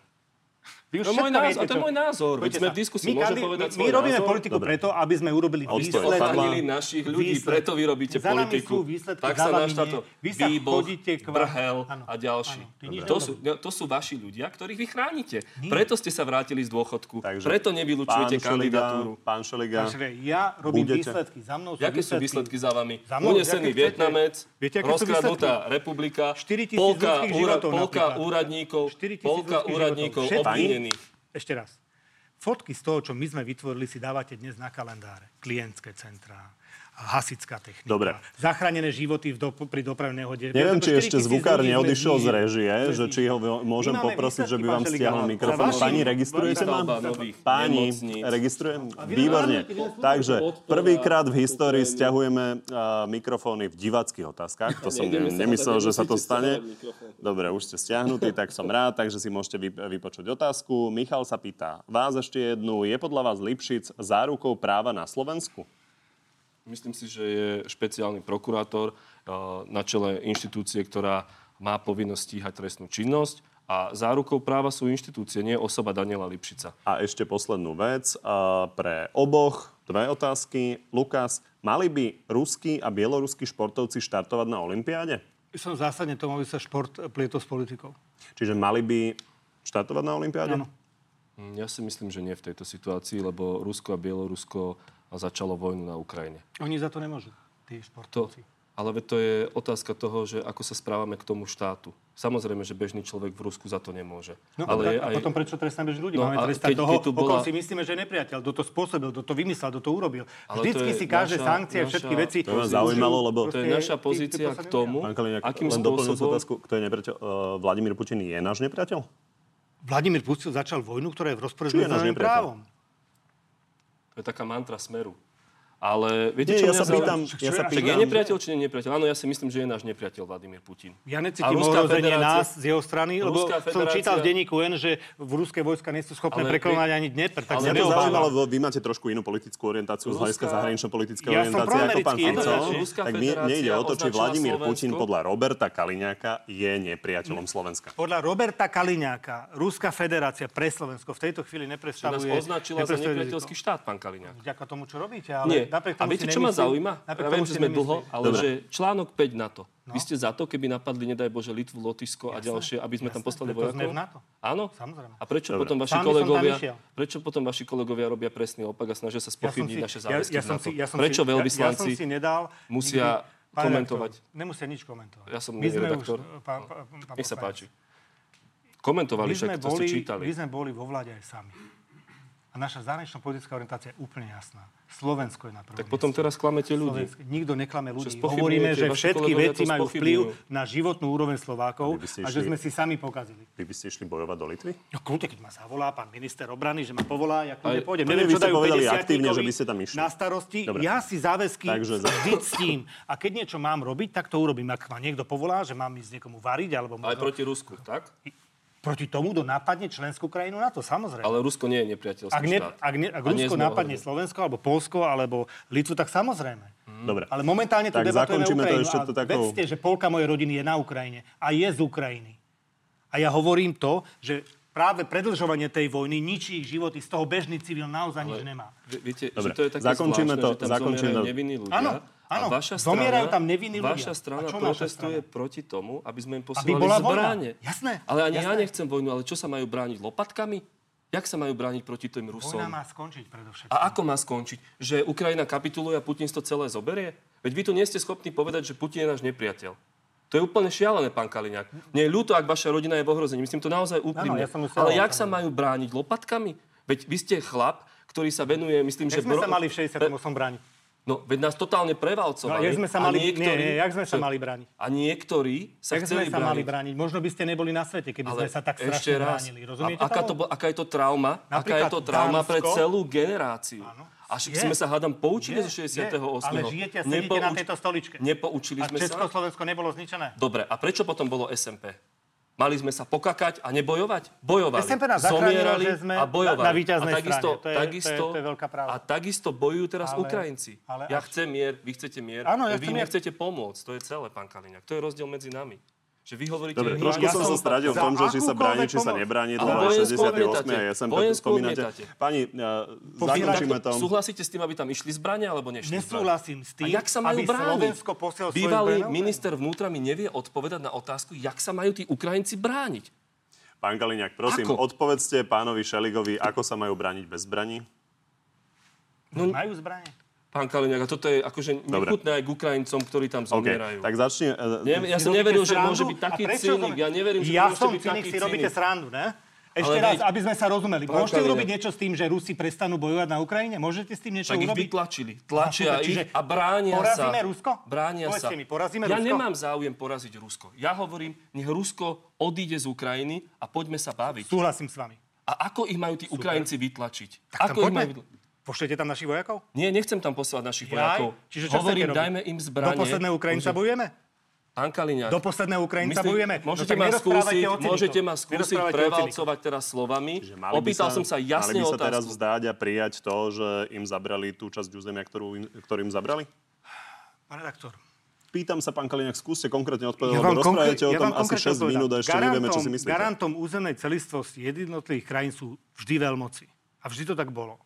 Vy už to, môj názor, viete, to je môj názor. Veď sme v diskusii, my, môžem kandi- povedať my, svoj my robíme názor. politiku Dobre. preto, aby sme urobili výsledky. Odstranili našich ľudí, výsledky. preto vy robíte Za nami politiku. sú výsledky, Tak za sa vami náš táto nie. Vy sa Výboh, chodíte k vám. Brhel Áno, a ďalší. áno, To sú, to sú vaši ľudia, ktorých vy chránite. Nie. Preto ste sa vrátili z dôchodku. Takže Preto nevylučujete kandidatúru. Pán Šeliga, ja robím budete? výsledky. Za mnou sú Jaké sú výsledky výsledky za vami? Za mnou, Unesený jaké chcete? Vietnamec, Viete, aké sú rozkradnutá výsledky? republika, štyritisíc polka, ľudských úra, životov polka napríklad. úradníkov, štyritisíc polka ľudských úradníkov životov. Všetky- obvinených. Ešte raz. Fotky z toho, čo my sme vytvorili, si dávate dnes na kalendáre. Klientské centrá, hasická technika. Dobre. Zachránené životy v do, pri dopravnej nehode. Neviem, či ešte štyritisíc zvukár ľudí sme neodišiel z znížili. režie, Sme že či ho môžem My máme poprosiť, že by výsledky, vám pán stiahol Šeliga. mikrofón. Za Pani, vašim- registrujete ma? Výstavba nových Pani, nemocníc. registrujem? Výborne. Takže prvýkrát v histórii stiahujeme uh, mikrofóny v diváckych otázkach. To som ne- nemyslel, že sa to stane. Dobre, už ste stiahnutí, tak som rád, takže si môžete vy- vypočuť otázku. Michal sa pýta vás ešte jednu. Je podľa vás Lipšic zárukou práva na Slovensku? Myslím si, že je špeciálny prokurátor na čele inštitúcie, ktorá má povinnosť stíhať trestnú činnosť a zárukou práva sú inštitúcie, nie osoba Daniela Lipšica. A ešte poslednú vec. Pre oboch Dve otázky. Lukáš, mali by ruskí a bieloruskí športovci štartovať na olympiáde? Som zásadne tomu, aby sa šport plietol s politikou. Čiže mali by štartovať na olympiáde? Áno. Ja si myslím, že nie v tejto situácii, lebo Rusko a Bielorusko začalo vojnu na Ukrajine. Oni za to nemôžu, tí športovci. To, ale to je otázka toho, že ako sa správame k tomu štátu. Samozrejme, že bežný človek v Rusku za to nemôže. No ale tak, a aj... potom prečo trestáme bežných ľudí? No, Máme trestať keď, toho, keď bola... o kom si myslíme, že je nepriateľ. Kto to spôsobil, kto to vymyslel, kto to urobil. Ale Vždycky to si každé naša, sankcie, naša, všetky veci... To ma zaujímalo, lebo... To je naša pozícia k tomu, akým spôsobom... Otázku, kto je nepriateľ. Uh, Vladimír Putin je náš nepriateľ? Vladimír Putin začal vojnu, ktorá je v rozpore s medzinárodným právom. To je taká mantra Smeru. Ale viete, Nie, čo ja sa pýtam, ja sa pýtam. Je nepriateľ, či nie nepriateľ? Áno, ja si myslím, že je náš nepriateľ Vladimír Putin. Ja necítim ohrozenie nás z jeho strany, lebo federácia... som čítal v denníku N, že v ruské vojska nie sú schopné prekonať ani Dnepr. Tak ale to zaujímalo, vy máte trošku inú politickú orientáciu z hľadiska zahranično-politickej ja orientácie ako pán Fico. Tak my nejde o to, či Vladimír Putin podľa Roberta Kaliňáka je nepriateľom Slovenska. Podľa Roberta Kaliňáka Ruská federácia pre Slovensko v tejto chvíli nepredstavuje... Nás označila za nepriateľský štát, pán Kaliňák. Vďaka tomu, čo robíte, ale napriek tomu si ma zaujíma? Ja viem, že sme dlho, ale Dobre. že článok päť NATO. No. Vy ste za to, keby napadli, nedaj Bože, Litvu, Lotyšsko a ďalšie, aby sme jasné, tam poslali vojakov? Sme v NATO. Áno? Samozrejme. A prečo Dobre. potom vaši kolegovia, prečo potom vaši kolegovia robia presný opak a snažia sa spochybniť ja naše záväzky ja, ja v NATO? Si, ja prečo si, veľvyslanci ja, ja nedal, musia nikdy, komentovať? Redaktor, nemusia nič komentovať. Ja som redaktor. Už, pán, pán, pán, Nech sa páči. Komentovali, však to ste čítali. My sme boli vo vláde aj sami. A naša zahraničná politická orientácia je úplne jasná. Slovensko je na prvom Tak potom mieste. Teraz klamete ľudí. Slovensko. Nikto neklame ľudí. Hovoríme, že všetky veci majú vplyv na životnú úroveň Slovákov a že sme si sami pokazili. Vy by ste išli bojovať do Litvy? No kľudne, keď ma zavolá pán minister obrany, že ma povolá, ja kľudne pôjdem. Neviem, čo dajú päťdesiatníkovi na starosti. Dobre. Ja si záväzky Takže vždy ctím. A keď niečo mám robiť, tak to urobím. Ak ma niekto povolá, že mám ísť niekomu variť, alebo možno... Aj proti Rusku, tak? Proti tomu, kto napadne členskú krajinu NATO, samozrejme. Ale Rusko nie je nepriateľský ak ne, štát. Ak, ne, ak Rusko napadne Slovensko, alebo Poľsko, alebo Litvu, tak samozrejme. Dobre. Ale momentálne tu tak debatujeme Ukrajinu. To a takou... vedzte, že polka mojej rodiny je na Ukrajine. A je z Ukrajiny. A ja hovorím to, že práve predĺžovanie tej vojny ničí ich životy. Z toho bežný civil naozaj ale, nič nemá. Viete, Dobre. že to je také zakončíme zvláštne, to, že tam zakončíme zomierajú nevinní ľudia. Áno. Áno, vaša zomierajú strana, tam nevinní ľudia. Vaša strana protestuje proti tomu, aby sme im posielali zbrane. Jasné. Ale ani jasné. ja nechcem vojnu, ale čo sa majú brániť? Lopatkami? Jak sa majú brániť proti tým Rusom? Vojna má skončiť predovšetkým. A ako má skončiť? Že Ukrajina kapituluje a Putin to celé zoberie? Veď vy tu nie ste schopní povedať, že Putin je náš nepriateľ. To je úplne šialené, pán Kaliňák. Mne je ľúto, ak vaša rodina je v ohrození. Myslím to naozaj úprimne. Ano, ja ale jak sa majú brániť? Lopatkami? Veď vy ste chlap, ktorý sa venuje, myslím, jak že... sme bro... sa mali v šesťdesiatom ôsmom brániť? No, veď nás totálne prevalcovali. No, jak sme sa mali, niektorí, nie, nie, jak sme sa mali brániť? A niektorí sa jak chceli sme sa brániť. mali brániť? Možno by ste neboli na svete, keby ale sme sa tak strašne bránili. Rozumiete a, aká, to, aká je to trauma? Napríklad aká je to trauma Dánsko, pre celú generáciu? Áno. A však sme sa, hádam, poučili zo šesťdesiateho ôsmeho. Ale žijete a sedíte Nepouč... na tejto stoličke. Nepoučili sme sa. A Československo nebolo zničené. Dobre, a prečo potom bolo es em pé? Mali sme sa pokakať a nebojovať? Bojovali. es em pé nás zachránilo, že sme a bojovali. na, na víťaznej a takisto, strane. To je, takisto, to je, to je veľká pravda. A takisto bojujú teraz ale, Ukrajinci. Ale ja až... chcem mier, vy chcete mier. Áno, ja vy chcem nechcete mier. pomôcť. To je celé, pán Kaliňák. To je rozdiel medzi nami. Že vy hovoríte... Dobre, trošku ja som sa stradil v tom, že či sa bráni, či sa nebráni. Ale šesťdesiatom ôsmom a es em pé spomínate. Pani, zakončíme to. Súhlasíte s tým, aby tam išli zbrane, alebo nešli zbrane? Nesúhlasím s tým, a jak sa majú aby brániť? Slovensko posiel svoje Bývalý minister vnútra mi nevie odpovedať na otázku, jak sa majú tí Ukrajinci brániť. Pán Kaliňák, prosím, ako? odpovedzte pánovi Šeligovi, ako sa majú brániť bez zbraní? No, majú zbranie. Pán Kaliňák, a toto je akože nechutné aj k Ukrajincom, ktorí tam zomierajú. Okay, tak začne... Uh, ne, ja som neveril, že môže byť taký cynik. Ja neverím, že ja môže byť taký cynik. si robíte srandu, ne? Ešte raz, aby sme sa rozumeli. Môžete urobiť niečo s tým, že Rusi prestanú bojovať na Ukrajine? Môžete s tým niečo tak urobiť? Tak ich vytlačili. Tlačia a ich a bránia porazíme sa. Porazíme Rusko? Bránia Povedzte sa. mi, porazíme ja Rusko? nemám záujem poraziť Rusko. Ja hovorím, nech Rusko odíde z Ukrajiny a poďme sa baviť. Súhlasím s vami. A ako ich majú tí Super. Ukrajinci vytlačiť? Tak ako ich majú... Pošlete tam našich vojakov? Nie, nechcem tam posielať našich vojakov. Čiže čo hovorím, dajme im zbranie. Do posledného Ukrajinca Môže... bojujeme? Pán Kaliňák. Do posledného Ukrajinca Myslím, bojujeme? Môžete, no, ma skúsiť, môžete ma skúsiť prevalcovať teraz slovami. Opýtal som sa jasne otázku. Mali by sa otázku. teraz vzdať a prijať to, že im zabrali tú časť územia, ktorú, ktorým zabrali? Pán redaktor. Pýtam sa, pán Kaliňák, skúste konkrétne odpovedať, ja lebo rozprávate konkr- o tom ja asi šesť minút a ešte garantom, nevieme, čo si myslíte. Garantom územnej celistvosti jednotlivých krajín sú vždy veľmoci. A vždy to tak bolo.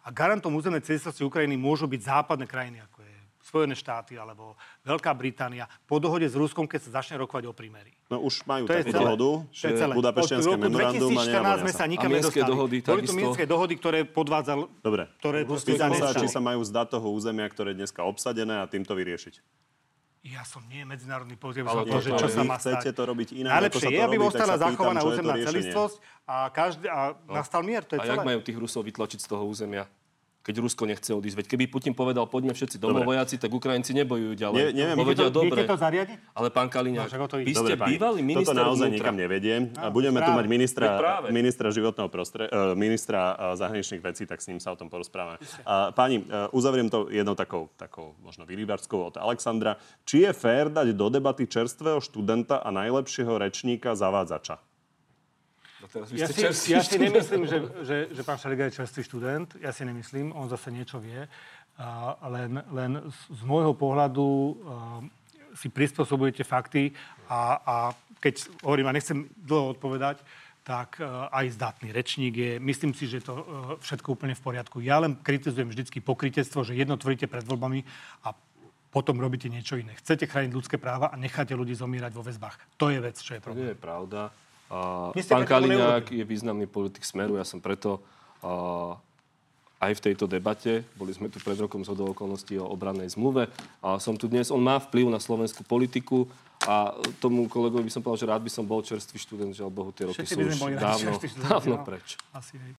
A garantom územnej celistvosti Ukrajiny môžu byť západné krajiny, ako je Spojené štáty alebo Veľká Británia, po dohode s Ruskom, keď sa začne rokovať o prímerí. No už majú To je takú celé. dohodu, To je celé. Budapešťanské Od roku memorandum a dvetisícštrnásť sme nehovoria sa sa. nikam A mienske nedostali. dohody Boli tu takisto. mienske dohody, ktoré podvádzal... Dobre. Ktoré proste Pýtam sa, zanechali. či sa majú zdať toho územia, ktoré je dneska obsadené a týmto vyriešiť. Ja som nie medzinárodný politik, Ale som to, to- že ale čo vy sa má chcete stať. to robiť inak, Najlepšie ako sa to je, aby robí, tak ostala sa pýtam, zachovaná čo je to územná riešenie. celistvosť a, každý, a nastal mier, to je A celé. jak majú tých Rusov vytlačiť z toho územia? Keď Rusko nechce odísť. Veď keby Putin povedal, poďme všetci domov vojaci, tak Ukrajinci nebojujú ďalej. Nie- neviem. Povedia, Viete to- dobre. viete to zariadiť? Ale pán Kaliňák, No, však o to ide. vy ste Dobre, pani, bývalý minister toto naozaj vnútra. nikam nevediem. A Áno, budeme tu práve. mať ministra, Veď práve. ministra životného prostredia, ministra eh, zahraničných vecí, tak s ním sa o tom porozprávame. A páni, eh, uzavriem to jednou takou, takou možno vylíbačskou od Alexandra. Či je fér dať do debaty čerstvého študenta a najlepšieho rečníka zavádzača? No teraz vy Ja ste si, čerstvý ja si študent. nemyslím, že, že, že pán Šeliga je čerstvý študent. Ja si nemyslím, on zase niečo vie. A len, len z, z môjho pohľadu uh, si prispôsobujete fakty a, a keď hovorím, a nechcem dlho odpovedať, tak uh, aj zdatný rečník je. Myslím si, že to uh, všetko úplne v poriadku. Ja len kritizujem vždycky pokrytectvo, že jedno tvrdíte pred voľbami a potom robíte niečo iné. Chcete chrániť ľudské práva a necháte ľudí zomierať vo väzbách. To je vec, čo je To problém. nie je pravda. Uh, Vy ste pán pre tomu Kaliňák neurobili. je významný politik Smeru. Ja som preto uh, aj v tejto debate, boli sme tu pred rokom zhodou okolností o obrannej zmluve. A som tu dnes, on má vplyv na slovenskú politiku a tomu kolegovi by som povedal, že rád by som bol čerstvý študent, že Bohu tie roky Všetci sú by sme už boli radi dávno, čerství študenti, dávno no. preč. Asi hej.